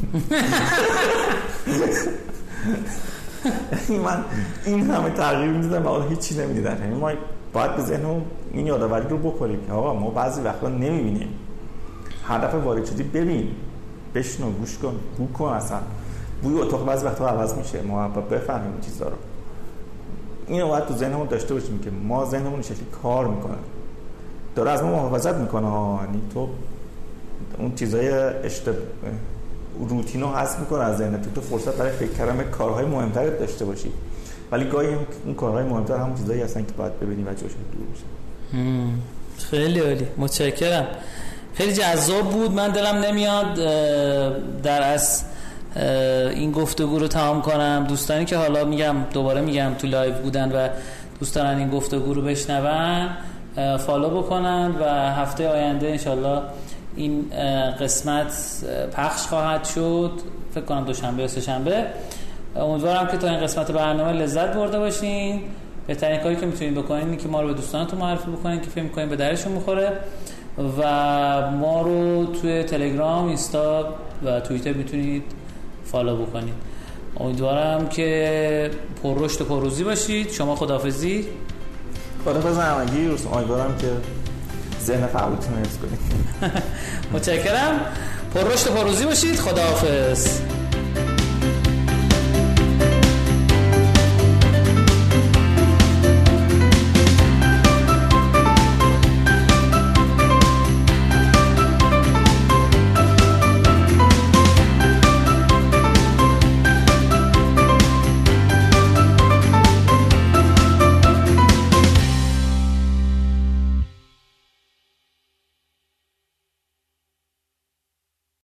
من این همه تغییر میدیدم و اون هیچی نمیدیدن. یعنی ما باید به ذهنمون این یادآوری رو بکنیم که آقا ما بعضی وقتا نمیبینیم، هر دفعه وارد شدی ببین، بشنو، گوش کن، بو کن، اصلا بوی اتاق بعضی وقتا عوض میشه، ما باید بفهمیم این چیزا رو. اینو باید تو ذهنمون داشته باشیم که ما ذهنمون این شکلی کار میکنه، داره از ما محافظت میکنه ها. یعنی تو اون چیزای اشتباه روتین رو حذف میکنه از ذهنت، تو فرصت برای فکر کردن کارهای مهمتر داشته باشی. ولی گاهی اون کارهای مهمتر هم چیزایی هستن که باید ببینی و جاشون دور بشه. خیلی عالی، متشکرم. خیلی جذاب بود. من دلم نمیاد در از این گفتگو رو تمام کنم. دوستانی که حالا میگم دوباره میگم تو لایو بودن و دوست دارن این گفتگو رو بشنون فالو بکنن و هفته آینده انشالله این قسمت پخش خواهد شد، فکر کنم دوشنبه یا سه شنبه. امیدوارم که تا این قسمت برنامه لذت برده باشین. بهترین کاری که میتونید بکنین اینه که ما رو به دوستانتون معرفی بکنین که فکر می‌کنین به درشون میخوره و ما رو توی تلگرام، اینستا و توییتر میتونید فالو بکنید. امیدوارم که پر رشد و پر روزی باشید. شما خداحافظی. خداحافظ همگی. امیدوارم که ذهن فعالتون رو حفظ کنید. متشکرم. پر رشد و پر روزی باشید. خداحافظ.